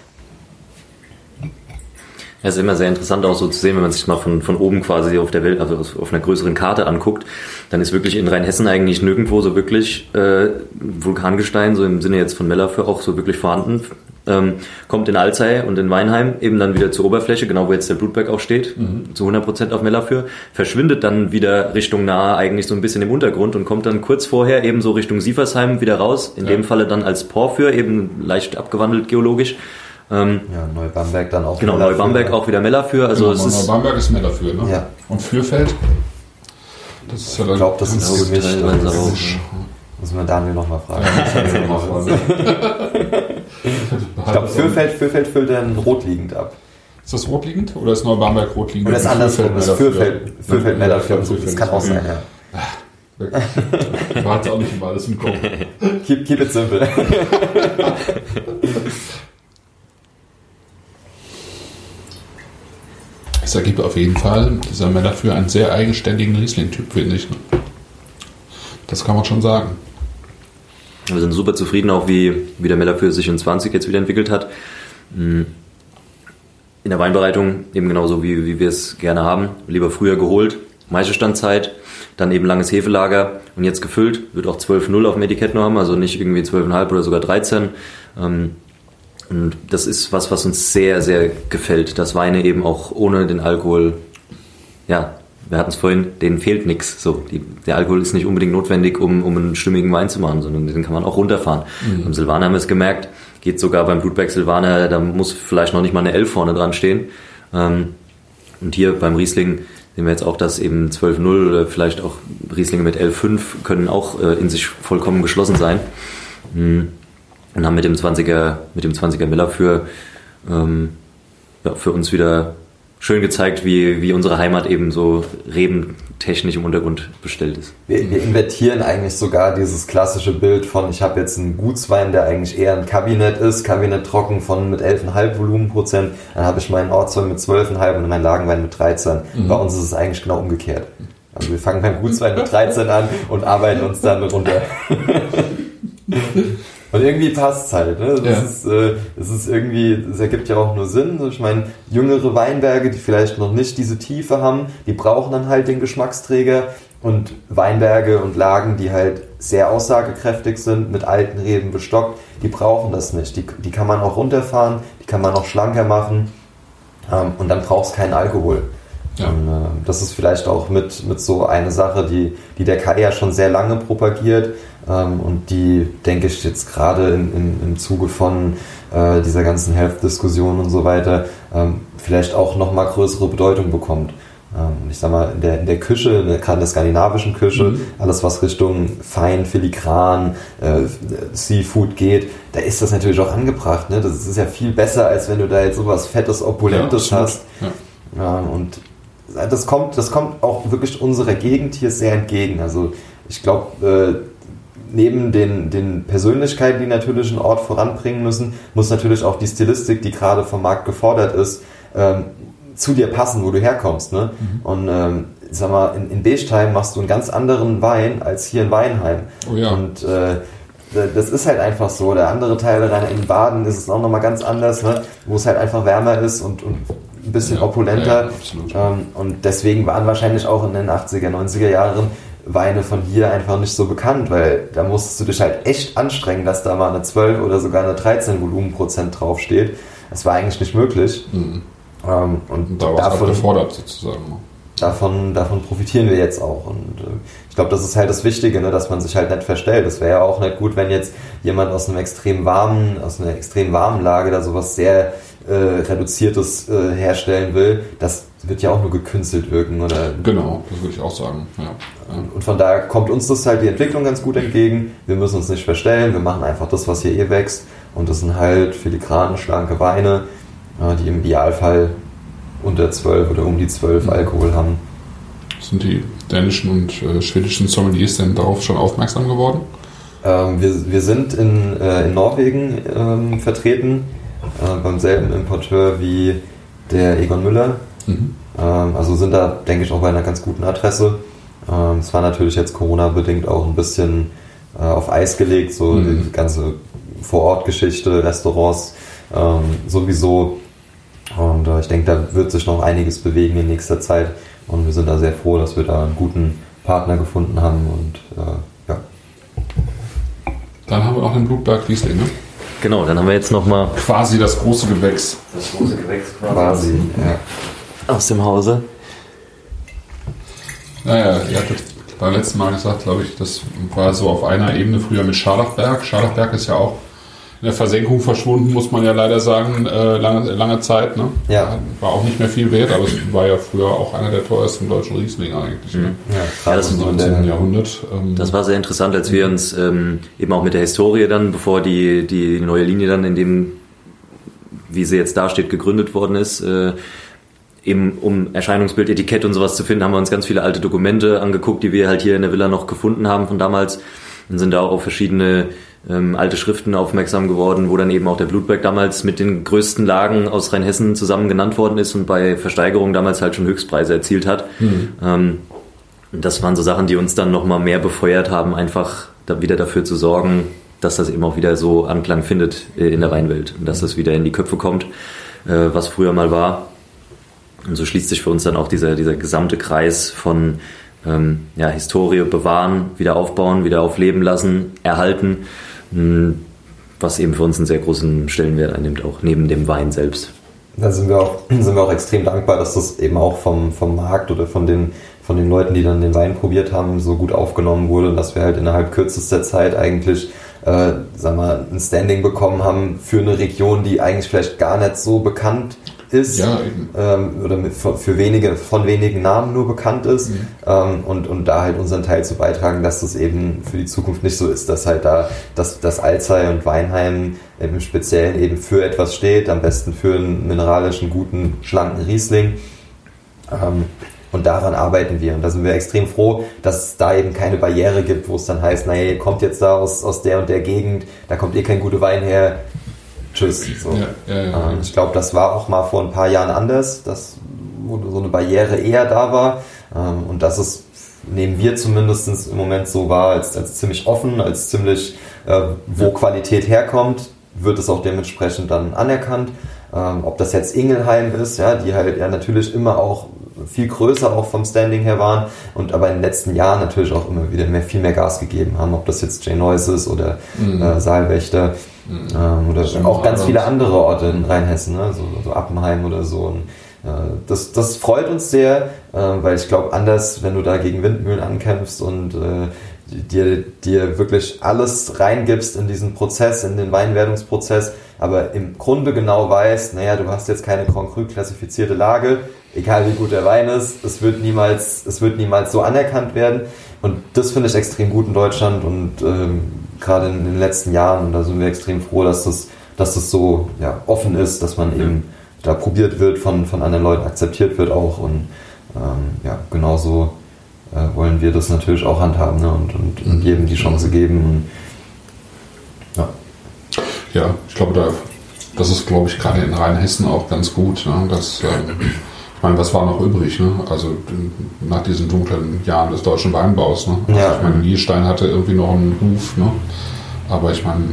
Ja, ist immer sehr interessant auch so zu sehen, wenn man sich mal von, von oben quasi auf der Welt, also auf einer größeren Karte anguckt, dann ist wirklich in Rheinhessen eigentlich nirgendwo so wirklich äh, Vulkangestein, so im Sinne jetzt von Mellafür auch so wirklich vorhanden. Ähm, kommt in Alzey und in Weinheim eben dann wieder zur Oberfläche, genau wo jetzt der Blutberg auch steht, mhm. zu hundert Prozent auf Mellafür, verschwindet dann wieder Richtung nahe eigentlich so ein bisschen im Untergrund und kommt dann kurz vorher eben so Richtung Sieversheim wieder raus, in ja. dem Falle dann als Porphyr, eben leicht abgewandelt geologisch. Ähm, ja, Neubamberg dann auch. Genau, Neubamberg auch wieder Mellafür. Also genau, es ist Neubamberg ist Mellafür, ne? Ja. Und Fürfeld? Das ist ja dann ich glaube, das ist gemischt. Muss man Daniel nochmal fragen. Ja, ich glaube, Fürfeld, Fürfeld füllt dann rotliegend ab. Ist das rotliegend oder ist Neubamberg rotliegend? Oder ist andersrum, ist Fürfeld, Fürfeld Mellafür. Das kann auch sein, ja. Ich war jetzt auch nicht immer alles im Kopf. Keep, keep it simple. Es ergibt auf jeden Fall dieser Mellafür einen sehr eigenständigen Riesling-Typ, finde ich. Das kann man schon sagen. Wir sind super zufrieden, auch wie, wie der Mellafür sich in zwanzig jetzt wieder entwickelt hat. In der Weinbereitung eben genauso, wie, wie wir es gerne haben. Lieber früher geholt, Maischestandzeit, dann eben langes Hefelager und jetzt gefüllt. Wird auch zwölf null auf dem Etikett nur haben, also nicht irgendwie zwölf Komma fünf oder sogar dreizehn. Und das ist was, was uns sehr, sehr gefällt, dass Weine eben auch ohne den Alkohol, ja, wir hatten es vorhin, denen fehlt nichts. So, die, der Alkohol ist nicht unbedingt notwendig, um, um einen stimmigen Wein zu machen, sondern den kann man auch runterfahren. Mhm. Beim Silvaner haben wir es gemerkt, geht sogar beim Blutberg Silvaner, da muss vielleicht noch nicht mal eine elf vorne dran stehen. Und hier beim Riesling sehen wir jetzt auch, dass eben zwölf null oder vielleicht auch Rieslinge mit elf Komma fünf können auch in sich vollkommen geschlossen sein. Und haben mit dem zwanziger, mit dem zwanziger Mellafür ähm, ja, für uns wieder schön gezeigt, wie, wie unsere Heimat eben so rebentechnisch im Untergrund bestellt ist. Wir, wir invertieren eigentlich sogar dieses klassische Bild von, ich habe jetzt einen Gutswein, der eigentlich eher ein Kabinett ist, Kabinett trocken von mit elf Komma fünf Volumenprozent, dann habe ich meinen Ortswein mit zwölf Komma fünf und meinen Lagenwein mit dreizehn. Mhm. Bei uns ist es eigentlich genau umgekehrt. Also wir fangen beim Gutswein mit dreizehn an und arbeiten uns dann runter. Und irgendwie passt es halt, ne? Das, ja. ist, äh, das ist irgendwie, das ergibt ja auch nur Sinn. Ich meine, jüngere Weinberge, die vielleicht noch nicht diese Tiefe haben, die brauchen dann halt den Geschmacksträger. Und Weinberge und Lagen, die halt sehr aussagekräftig sind, mit alten Reben bestockt, die brauchen das nicht. Die, die kann man auch runterfahren, die kann man auch schlanker machen. Ähm, und dann braucht es keinen Alkohol. Ja. Und, äh, das ist vielleicht auch mit, mit so eine Sache, die, die der Kai ja schon sehr lange propagiert ähm, und die, denke ich, jetzt gerade in, in, im Zuge von äh, dieser ganzen Health-Diskussion und so weiter ähm, vielleicht auch nochmal größere Bedeutung bekommt. Ähm, ich sag mal, in der, in der Küche, gerade in der skandinavischen Küche, mhm. alles was Richtung fein, filigran, äh, Seafood geht, da ist das natürlich auch angebracht. Ne? Das ist ja viel besser, als wenn du da jetzt sowas Fettes, Opulentes ja, hast. Ja. Ähm, und Das kommt, das kommt auch wirklich unserer Gegend hier sehr entgegen. Also ich glaube, äh, neben den, den Persönlichkeiten, die natürlich einen Ort voranbringen müssen, muss natürlich auch die Stilistik, die gerade vom Markt gefordert ist, ähm, zu dir passen, wo du herkommst. Ne? Mhm. Und ähm, sag mal, in, in Bechtheim machst du einen ganz anderen Wein als hier in Weinheim. Oh ja. Und äh, das ist halt einfach so. Der andere Teil in Baden ist es auch nochmal ganz anders, ne? Wo es halt einfach wärmer ist und, und ein bisschen ja, opulenter. Ja, ähm, und deswegen waren wahrscheinlich auch in den achtziger, neunziger Jahren Weine von hier einfach nicht so bekannt, weil da musstest du dich halt echt anstrengen, dass da mal eine zwölf oder sogar eine dreizehn Volumenprozent draufsteht. Das war eigentlich nicht möglich. Mhm. Ähm, und und da war es halt gefordert sozusagen. davon, davon profitieren wir jetzt auch. Und äh, ich glaube, das ist halt das Wichtige, ne, dass man sich halt nicht verstellt. Das wäre ja auch nicht gut, wenn jetzt jemand aus einem extrem warmen, aus einer extrem warmen Lage da sowas sehr äh, Reduziertes äh, herstellen will. Das wird ja auch nur gekünstelt wirken. Oder? Genau, das würde ich auch sagen. Ja. Ja. Und von daher kommt uns das halt die Entwicklung ganz gut entgegen. Wir müssen uns nicht verstellen, wir machen einfach das, was hier eh wächst. Und das sind halt filigrane, schlanke Weine, äh, die im Idealfall unter zwölf oder um die zwölf Alkohol haben. Sind die dänischen und äh, schwedischen Sommeliers denn darauf schon aufmerksam geworden? Ähm, wir, wir sind in, äh, in Norwegen ähm, vertreten, äh, beim selben Importeur wie der Egon Müller. Mhm. Ähm, also sind da, denke ich, auch bei einer ganz guten Adresse. Ähm, es war natürlich jetzt Corona-bedingt auch ein bisschen äh, auf Eis gelegt, so mhm. die ganze Vorortgeschichte, Restaurants ähm, sowieso. Und äh, ich denke, da wird sich noch einiges bewegen in nächster Zeit. Und wir sind da sehr froh, dass wir da einen guten Partner gefunden haben. Und äh, ja. Dann haben wir noch den Blutberg Riesling, ne? Genau, dann haben wir jetzt nochmal quasi das große Gewächs. Das große Gewächs quasi. quasi ja. Aus dem Hause. Naja, ihr hattet beim letzten Mal gesagt, glaube ich, das war so auf einer Ebene früher mit Scharlachberg. Scharlachberg ist ja auch in der Versenkung verschwunden, muss man ja leider sagen, äh, lange, lange Zeit. Ne? Ja. War auch nicht mehr viel wert, aber es war ja früher auch einer der teuersten deutschen Rieslinge eigentlich. Mhm. Ne? Ja, ja, das im neunzehnten Jahrhundert. Ähm, das war sehr interessant, als wir uns ähm, eben auch mit der Historie dann, bevor die, die neue Linie dann in dem, wie sie jetzt dasteht, gegründet worden ist, äh, eben um Erscheinungsbild, Etikett und sowas zu finden, haben wir uns ganz viele alte Dokumente angeguckt, die wir halt hier in der Villa noch gefunden haben von damals und sind da auch auf verschiedene ähm, alte Schriften aufmerksam geworden, wo dann eben auch der Blutberg damals mit den größten Lagen aus Rheinhessen zusammen genannt worden ist und bei Versteigerung damals halt schon Höchstpreise erzielt hat. Mhm. Ähm, das waren so Sachen, die uns dann nochmal mehr befeuert haben, einfach da wieder dafür zu sorgen, dass das eben auch wieder so Anklang findet äh, in der Weinwelt und dass das wieder in die Köpfe kommt, äh, was früher mal war. Und so schließt sich für uns dann auch dieser, dieser gesamte Kreis von ähm, ja, Historie bewahren, wieder aufbauen, wieder aufleben lassen, erhalten, mh, was eben für uns einen sehr großen Stellenwert einnimmt, auch neben dem Wein selbst. Da sind wir auch, sind wir auch extrem dankbar, dass das eben auch vom, vom Markt oder von den, von den Leuten, die dann den Wein probiert haben, so gut aufgenommen wurde und dass wir halt innerhalb kürzester Zeit eigentlich äh, sag mal, ein Standing bekommen haben für eine Region, die eigentlich vielleicht gar nicht so bekannt ist, ja, ähm, oder mit, für wenige, von wenigen Namen nur bekannt ist, mhm. ähm, und, und da halt unseren Teil zu beitragen, dass das eben für die Zukunft nicht so ist, dass halt da dass, dass Alzey und Weinheim im Speziellen eben für etwas steht, am besten für einen mineralischen, guten, schlanken Riesling, ähm, und daran arbeiten wir und da sind wir extrem froh, dass es da eben keine Barriere gibt, wo es dann heißt, naja, ihr kommt jetzt da aus, aus der und der Gegend, da kommt eh kein guter Wein her, tschüss. So. Ja, ja, ja, ähm, ich glaube, das war auch mal vor ein paar Jahren anders, dass, wo so eine Barriere eher da war. Ähm, und das ist, nehmen wir zumindest im Moment so wahr, als, als ziemlich offen, als ziemlich, äh, wo Qualität herkommt, wird es auch dementsprechend dann anerkannt. Ähm, ob das jetzt Ingelheim ist, ja, die halt ja natürlich immer auch viel größer auch vom Standing her waren und aber in den letzten Jahren natürlich auch immer wieder mehr, viel mehr Gas gegeben haben, ob das jetzt J. Neuss ist oder mhm. äh, Saalwächter. Mhm. Oder auch ganz viele andere Orte in Rheinhessen, ne? so, so Appenheim oder so. Und, äh, das, das freut uns sehr, äh, weil ich glaube, anders, wenn du da gegen Windmühlen ankämpfst und äh, dir, dir wirklich alles reingibst in diesen Prozess, in den Weinwerdungsprozess, aber im Grunde genau weißt, naja, du hast jetzt keine Grand Cru klassifizierte Lage, egal wie gut der Wein ist, es wird niemals, es wird niemals so anerkannt werden. Und das finde ich extrem gut in Deutschland und ähm, gerade in den letzten Jahren, und da sind wir extrem froh, dass das, dass das so ja, offen ist, dass man eben da probiert wird, von, von anderen Leuten akzeptiert wird auch und ähm, ja, genauso äh, wollen wir das natürlich auch handhaben, ne? und, und, und jedem die Chance geben. Und, ja. ja, ich glaube, da, das ist, glaube ich, gerade in Rheinhessen auch ganz gut, ne? dass ähm, ich meine, was war noch übrig, ne? Also nach diesen dunklen Jahren des deutschen Weinbaus, ne? Also ja. Ich meine, Nierstein hatte irgendwie noch einen Ruf, ne? Aber ich meine,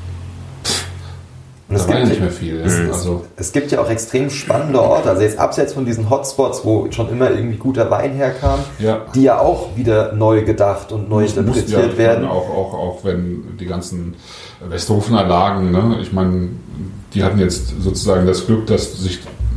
da war ja nicht mehr viel. Es, ja. also, es gibt ja auch extrem spannende Orte, also jetzt abseits von diesen Hotspots, wo schon immer irgendwie guter Wein herkam, ja. die ja auch wieder neu gedacht und neu interpretiert ja, werden. Auch, auch, auch wenn die ganzen Westhofener Lagen, ne? Ich meine, die hatten jetzt sozusagen das Glück, dass sich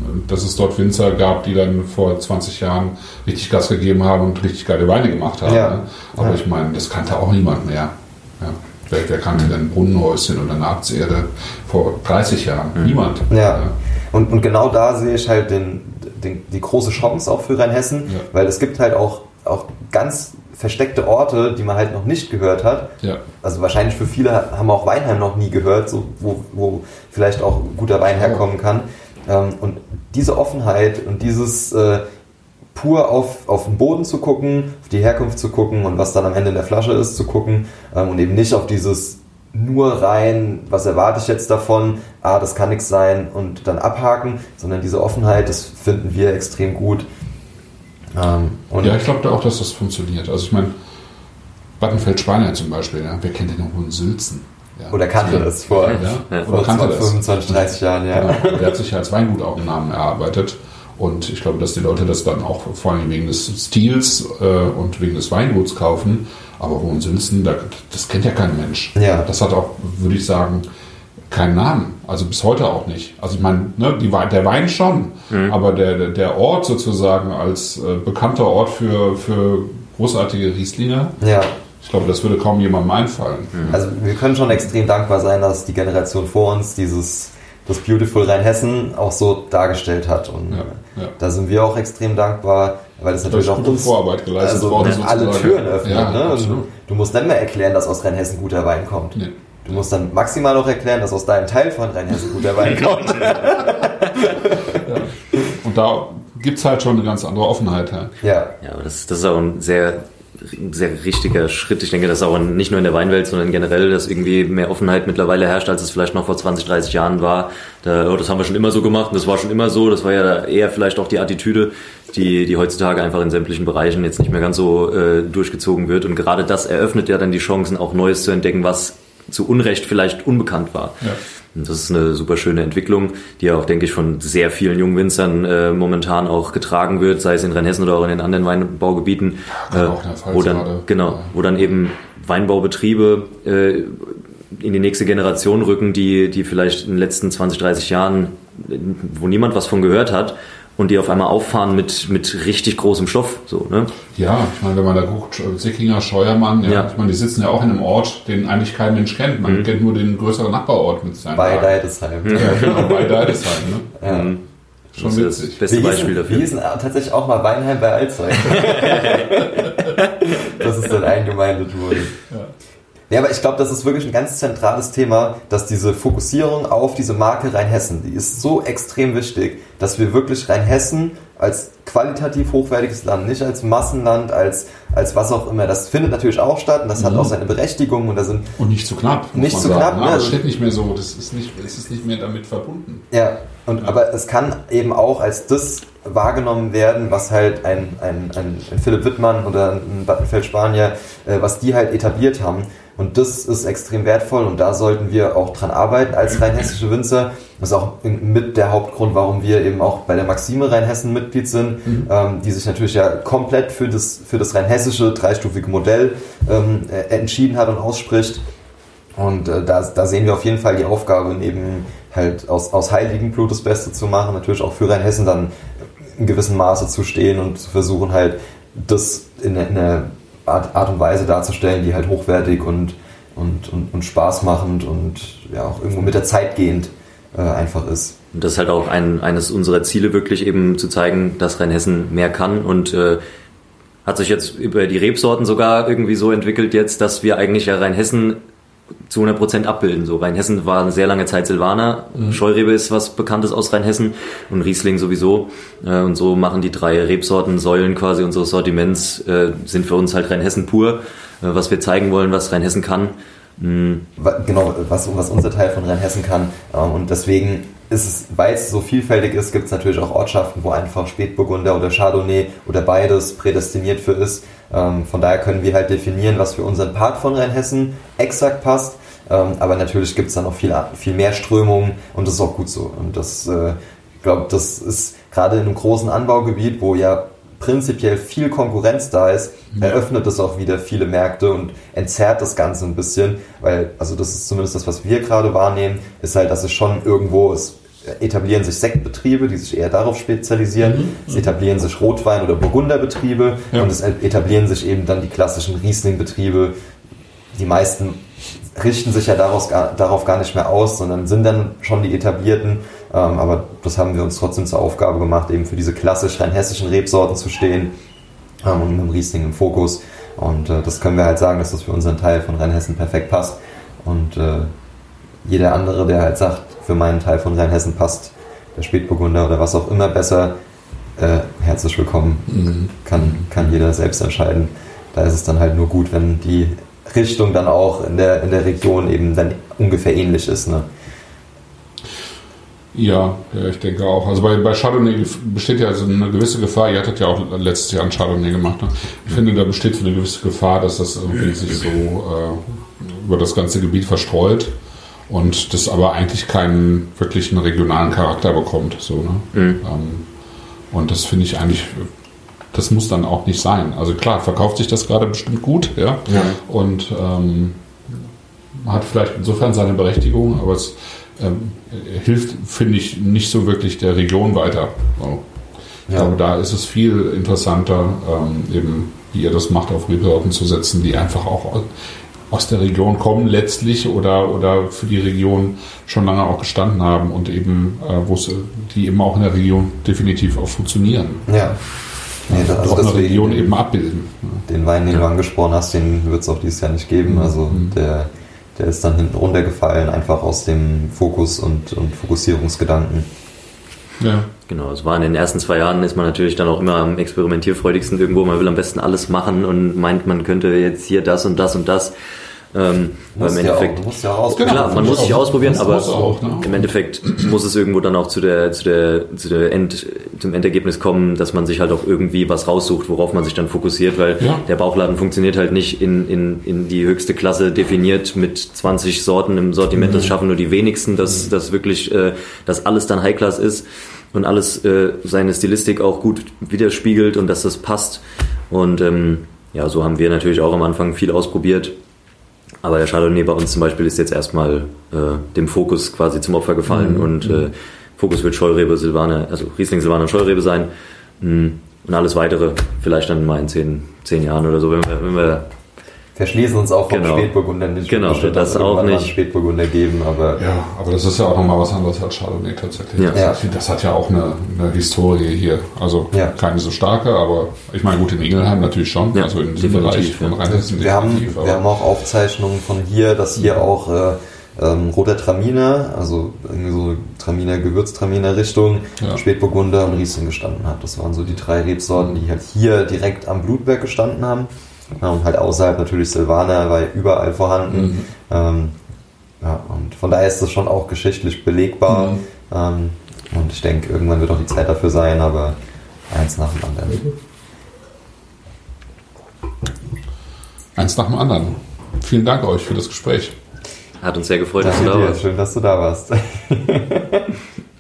dass es dort Winzer gab, die dann vor zwanzig Jahren richtig Gas gegeben haben und richtig geile Weine gemacht haben. Ja. Ne? Aber ja. ich meine, das kannte auch niemand mehr. Ja. Wer, wer kannte denn Brunnenhäuschen oder Nabtserde vor dreißig Jahren? Mhm. Niemand. Ja. ja. Und, und genau da sehe ich halt den, den, die große Chance auch für Rheinhessen, ja. weil es gibt halt auch, auch ganz versteckte Orte, die man halt noch nicht gehört hat. Ja. Also wahrscheinlich für viele haben auch Weinheim noch nie gehört, so, wo, wo vielleicht auch guter Wein herkommen kann. Und diese Offenheit und dieses äh, pur auf, auf den Boden zu gucken, auf die Herkunft zu gucken und was dann am Ende in der Flasche ist zu gucken ähm, und eben nicht auf dieses nur rein, was erwarte ich jetzt davon, ah, das kann nichts sein und dann abhaken, sondern diese Offenheit, das finden wir extrem gut. Ähm, und ja, ich glaube auch, dass das funktioniert. Also ich meine, Battenfeld-Spanier zum Beispiel, ja, wer kennt den noch in Sülzen? Ja, oder kannte das, das vor, ja, ja, vor oder kannte fünfundzwanzig, dreißig Jahren, ja. Genau. Der hat sich ja als Weingut auch einen Namen erarbeitet. Und ich glaube, dass die Leute das dann auch vor allem wegen des Stils äh, und wegen des Weinguts kaufen. Aber Hohensülzen, das kennt ja kein Mensch. Ja. Das hat auch, würde ich sagen, keinen Namen. Also bis heute auch nicht. Also ich meine, ne, die, der Wein schon, mhm. aber der, der Ort sozusagen als äh, bekannter Ort für, für großartige Rieslinger, ja. ich glaube, das würde kaum jemandem einfallen. Mhm. Also wir können schon extrem dankbar sein, dass die Generation vor uns dieses das Beautiful Rheinhessen auch so dargestellt hat. Und ja, ja. da sind wir auch extrem dankbar, weil es natürlich auch uns Vorarbeit geleistet also worden, alle Türen öffnet. Ja, ne? also du, du musst nicht mehr erklären, dass aus Rheinhessen guter Wein kommt. Nee. Du musst dann maximal noch erklären, dass aus deinem Teil von Rheinhessen guter Wein kommt. ja. Und da gibt es halt schon eine ganz andere Offenheit. Ja, ja. ja aber das, das ist auch ein sehr... sehr richtiger Schritt. Ich denke, dass auch nicht nur in der Weinwelt, sondern generell, dass irgendwie mehr Offenheit mittlerweile herrscht, als es vielleicht noch vor zwanzig, dreißig Jahren war. Da, oh, das haben wir schon immer so gemacht und das war schon immer so. Das war ja eher vielleicht auch die Attitüde, die, die heutzutage einfach in sämtlichen Bereichen jetzt nicht mehr ganz so äh, durchgezogen wird. Und gerade das eröffnet ja dann die Chancen, auch Neues zu entdecken, was zu Unrecht vielleicht unbekannt war. Ja. Und das ist eine super schöne Entwicklung, die auch, denke ich, von sehr vielen jungen Winzern äh, momentan auch getragen wird, sei es in Rheinhessen oder auch in den anderen Weinbaugebieten, ja, äh, wo dann genau, wo dann eben Weinbaubetriebe äh, in die nächste Generation rücken, die die vielleicht in den letzten zwanzig, dreißig Jahren, wo niemand was von gehört hat, und die auf einmal auffahren mit, mit richtig großem Stoff. So, ne? Ja, ich meine, wenn man da guckt, Sickinger, Scheuermann, ja, ja. Ich meine, die sitzen ja auch in einem Ort, den eigentlich kein Mensch kennt. Man mhm. kennt nur den größeren Nachbarort mit seinen Bei Deidesheim. Ja, genau, bei Deidesheim. Ne? Ja. Mhm. Schon das witzig. Das beste Beispiel dafür. Wir sind tatsächlich auch mal Weinheim bei Alzey. Das ist dann eingemeindet wurde. Ja. Ja, aber ich glaube, das ist wirklich ein ganz zentrales Thema, dass diese Fokussierung auf diese Marke Rheinhessen, die ist so extrem wichtig, dass wir wirklich Rheinhessen als qualitativ hochwertiges Land, nicht als Massenland, als, als was auch immer, das findet natürlich auch statt und das mhm. hat auch seine Berechtigung und da sind und nicht zu knapp. Nicht zu knapp. Ne? Das steht nicht mehr so, das ist nicht, es ist nicht mehr damit verbunden. Ja, und, ja. aber es kann eben auch als das wahrgenommen werden, was halt ein, ein, ein, ein Philipp Wittmann oder ein Battenfeld-Spanier, äh, was die halt etabliert haben. Und das ist extrem wertvoll und da sollten wir auch dran arbeiten als rheinhessische Winzer. Das ist auch mit der Hauptgrund, warum wir eben auch bei der Maxime Rheinhessen Mitglied sind, mhm. ähm, die sich natürlich ja komplett für das, für das rheinhessische dreistufige Modell ähm, entschieden hat und ausspricht. Und äh, da, da sehen wir auf jeden Fall die Aufgabe, eben halt aus, aus Heiligenblut das Beste zu machen, natürlich auch für Rheinhessen dann in gewissem Maße zu stehen und zu versuchen halt das in, in einer Art, Art und Weise darzustellen, die halt hochwertig und, und, und, und spaßmachend und ja auch irgendwo mit der Zeit gehend äh, einfach ist. Und das ist halt auch ein, eines unserer Ziele, wirklich eben zu zeigen, dass Rheinhessen mehr kann und äh, hat sich jetzt über die Rebsorten sogar irgendwie so entwickelt jetzt, dass wir eigentlich ja Rheinhessen zu hundert Prozent abbilden. So, Rheinhessen war eine sehr lange Zeit Silvaner, mhm. Scheurebe ist was Bekanntes aus Rheinhessen und Riesling sowieso. Äh, und so machen die drei Rebsorten, Säulen quasi unseres Sortiments, äh, sind für uns halt Rheinhessen pur, äh, was wir zeigen wollen, was Rheinhessen kann. Mhm. Genau, was, was unser Teil von Rheinhessen kann. Ähm, und deswegen ist es, weil es so vielfältig ist, gibt es natürlich auch Ortschaften, wo einfach Spätburgunder oder Chardonnay oder beides prädestiniert für ist. Ähm, von daher können wir halt definieren, was für unseren Part von Rheinhessen exakt passt. Ähm, aber natürlich gibt es da noch viel, viel mehr Strömungen und das ist auch gut so. Und das, äh, ich glaube, das ist gerade in einem großen Anbaugebiet, wo ja prinzipiell viel Konkurrenz da ist, ja. eröffnet das auch wieder viele Märkte und entzerrt das Ganze ein bisschen, weil, also das ist zumindest das, was wir gerade wahrnehmen, ist halt, dass es schon irgendwo, es etablieren sich Sektbetriebe, die sich eher darauf spezialisieren. Mhm. Es etablieren sich Rotwein- oder Burgunderbetriebe ja. und es etablieren sich eben dann die klassischen Riesling-Betriebe. Die meisten richten sich ja daraus, darauf gar nicht mehr aus, sondern sind dann schon die etablierten. Ähm, aber das haben wir uns trotzdem zur Aufgabe gemacht, eben für diese klassisch rheinhessischen Rebsorten zu stehen ähm, und mit dem Riesling im Fokus. Und äh, das können wir halt sagen, dass das für unseren Teil von Rheinhessen perfekt passt. Und äh, jeder andere, der halt sagt, für meinen Teil von Rheinhessen passt der Spätburgunder oder was auch immer besser, äh, herzlich willkommen. Mhm. Kann, kann jeder selbst entscheiden. Da ist es dann halt nur gut, wenn die Richtung dann auch in der, in der Region eben dann ungefähr ähnlich ist. Ne? Ja, ja, ich denke auch. Also bei, bei Chardonnay besteht ja also eine gewisse Gefahr. Ihr hattet ja auch letztes Jahr ein Chardonnay gemacht. Ne? Ich finde, da besteht so eine gewisse Gefahr, dass das irgendwie sich so äh, über das ganze Gebiet verstreut und das aber eigentlich keinen wirklichen regionalen Charakter bekommt. So, ne? Mhm. Ähm, und das finde ich eigentlich, das muss dann auch nicht sein. Also klar, verkauft sich das gerade bestimmt gut, ja, ja. und ähm, hat vielleicht insofern seine Berechtigung, aber es ähm, hilft, finde ich, nicht so wirklich der Region weiter. So. Ich ja. glaube, da ist es viel interessanter, ähm, eben, wie ihr das macht, auf Rebsorten zu setzen, die einfach auch aus der Region kommen letztlich oder, oder für die Region schon lange auch gestanden haben und eben, äh, wo es, die eben auch in der Region definitiv auch funktionieren. Ja. Nee, das, also auch eine Region eben abbilden. Den Wein, den ja. du angesprochen hast, den wird es auch dieses Jahr nicht geben. Also mhm. der, der ist dann hinten runtergefallen, einfach aus dem Fokus und, und Fokussierungsgedanken. Ja. Genau, es war in den ersten zwei Jahren, ist man natürlich dann auch immer am experimentierfreudigsten irgendwo. Man will am besten alles machen und meint, man könnte jetzt hier das und das und das. Ähm, weil im Endeffekt, ja auch, ja auch ausprobieren. Klar, man muss sich ausprobieren, aber auch, ne? im Endeffekt muss es irgendwo dann auch zu der, zu der, zu der End, zum Endergebnis kommen, dass man sich halt auch irgendwie was raussucht, worauf man sich dann fokussiert, weil ja. der Bauchladen funktioniert halt nicht in, in, in die höchste Klasse definiert mit zwanzig Sorten im Sortiment. Mhm. Das schaffen nur die wenigsten, dass, mhm. dass wirklich, äh, dass alles dann High-Class ist und alles äh, seine Stilistik auch gut widerspiegelt und dass das passt. Und ähm, ja, so haben wir natürlich auch am Anfang viel ausprobiert. Aber der Chardonnay bei uns zum Beispiel ist jetzt erstmal äh, dem Fokus quasi zum Opfer gefallen. Mhm. Und äh, Fokus wird Scheurebe, Silvaner, also Riesling, Silvaner und Scheurebe sein. Und alles weitere vielleicht dann mal in zehn, zehn Jahren oder so, wenn wir, wenn wir verschließen uns auch vom genau. Spätburgunder nicht. Genau, das auch nicht. Spätburgunder geben, aber ja, aber das ist ja auch nochmal was anderes als Chardonnay tatsächlich. Ja. Das, ja. hat, das hat ja auch eine, eine Historie hier. Also ja. keine so starke, aber ich meine, gut, in Ingelheim natürlich schon. Ja, also in diesem Bereich von Rheinhessen wir haben, wir haben auch Aufzeichnungen von hier, dass hier auch äh, ähm, roter Traminer, also irgendwie so Traminer, Gewürztraminer Richtung, ja. Spätburgunder und Riesling gestanden hat. Das waren so die drei Rebsorten, die halt hier direkt am Blutberg gestanden haben. Ja, und halt außerhalb natürlich Silvaner war überall vorhanden. Mhm. Ähm, ja, und von daher ist das schon auch geschichtlich belegbar. Mhm. Ähm, und ich denke, irgendwann wird auch die Zeit dafür sein, aber eins nach dem anderen. Eins nach dem anderen. Vielen Dank euch für das Gespräch. Hat uns sehr gefreut, Danke dass du da dir. warst. Schön, dass du da warst.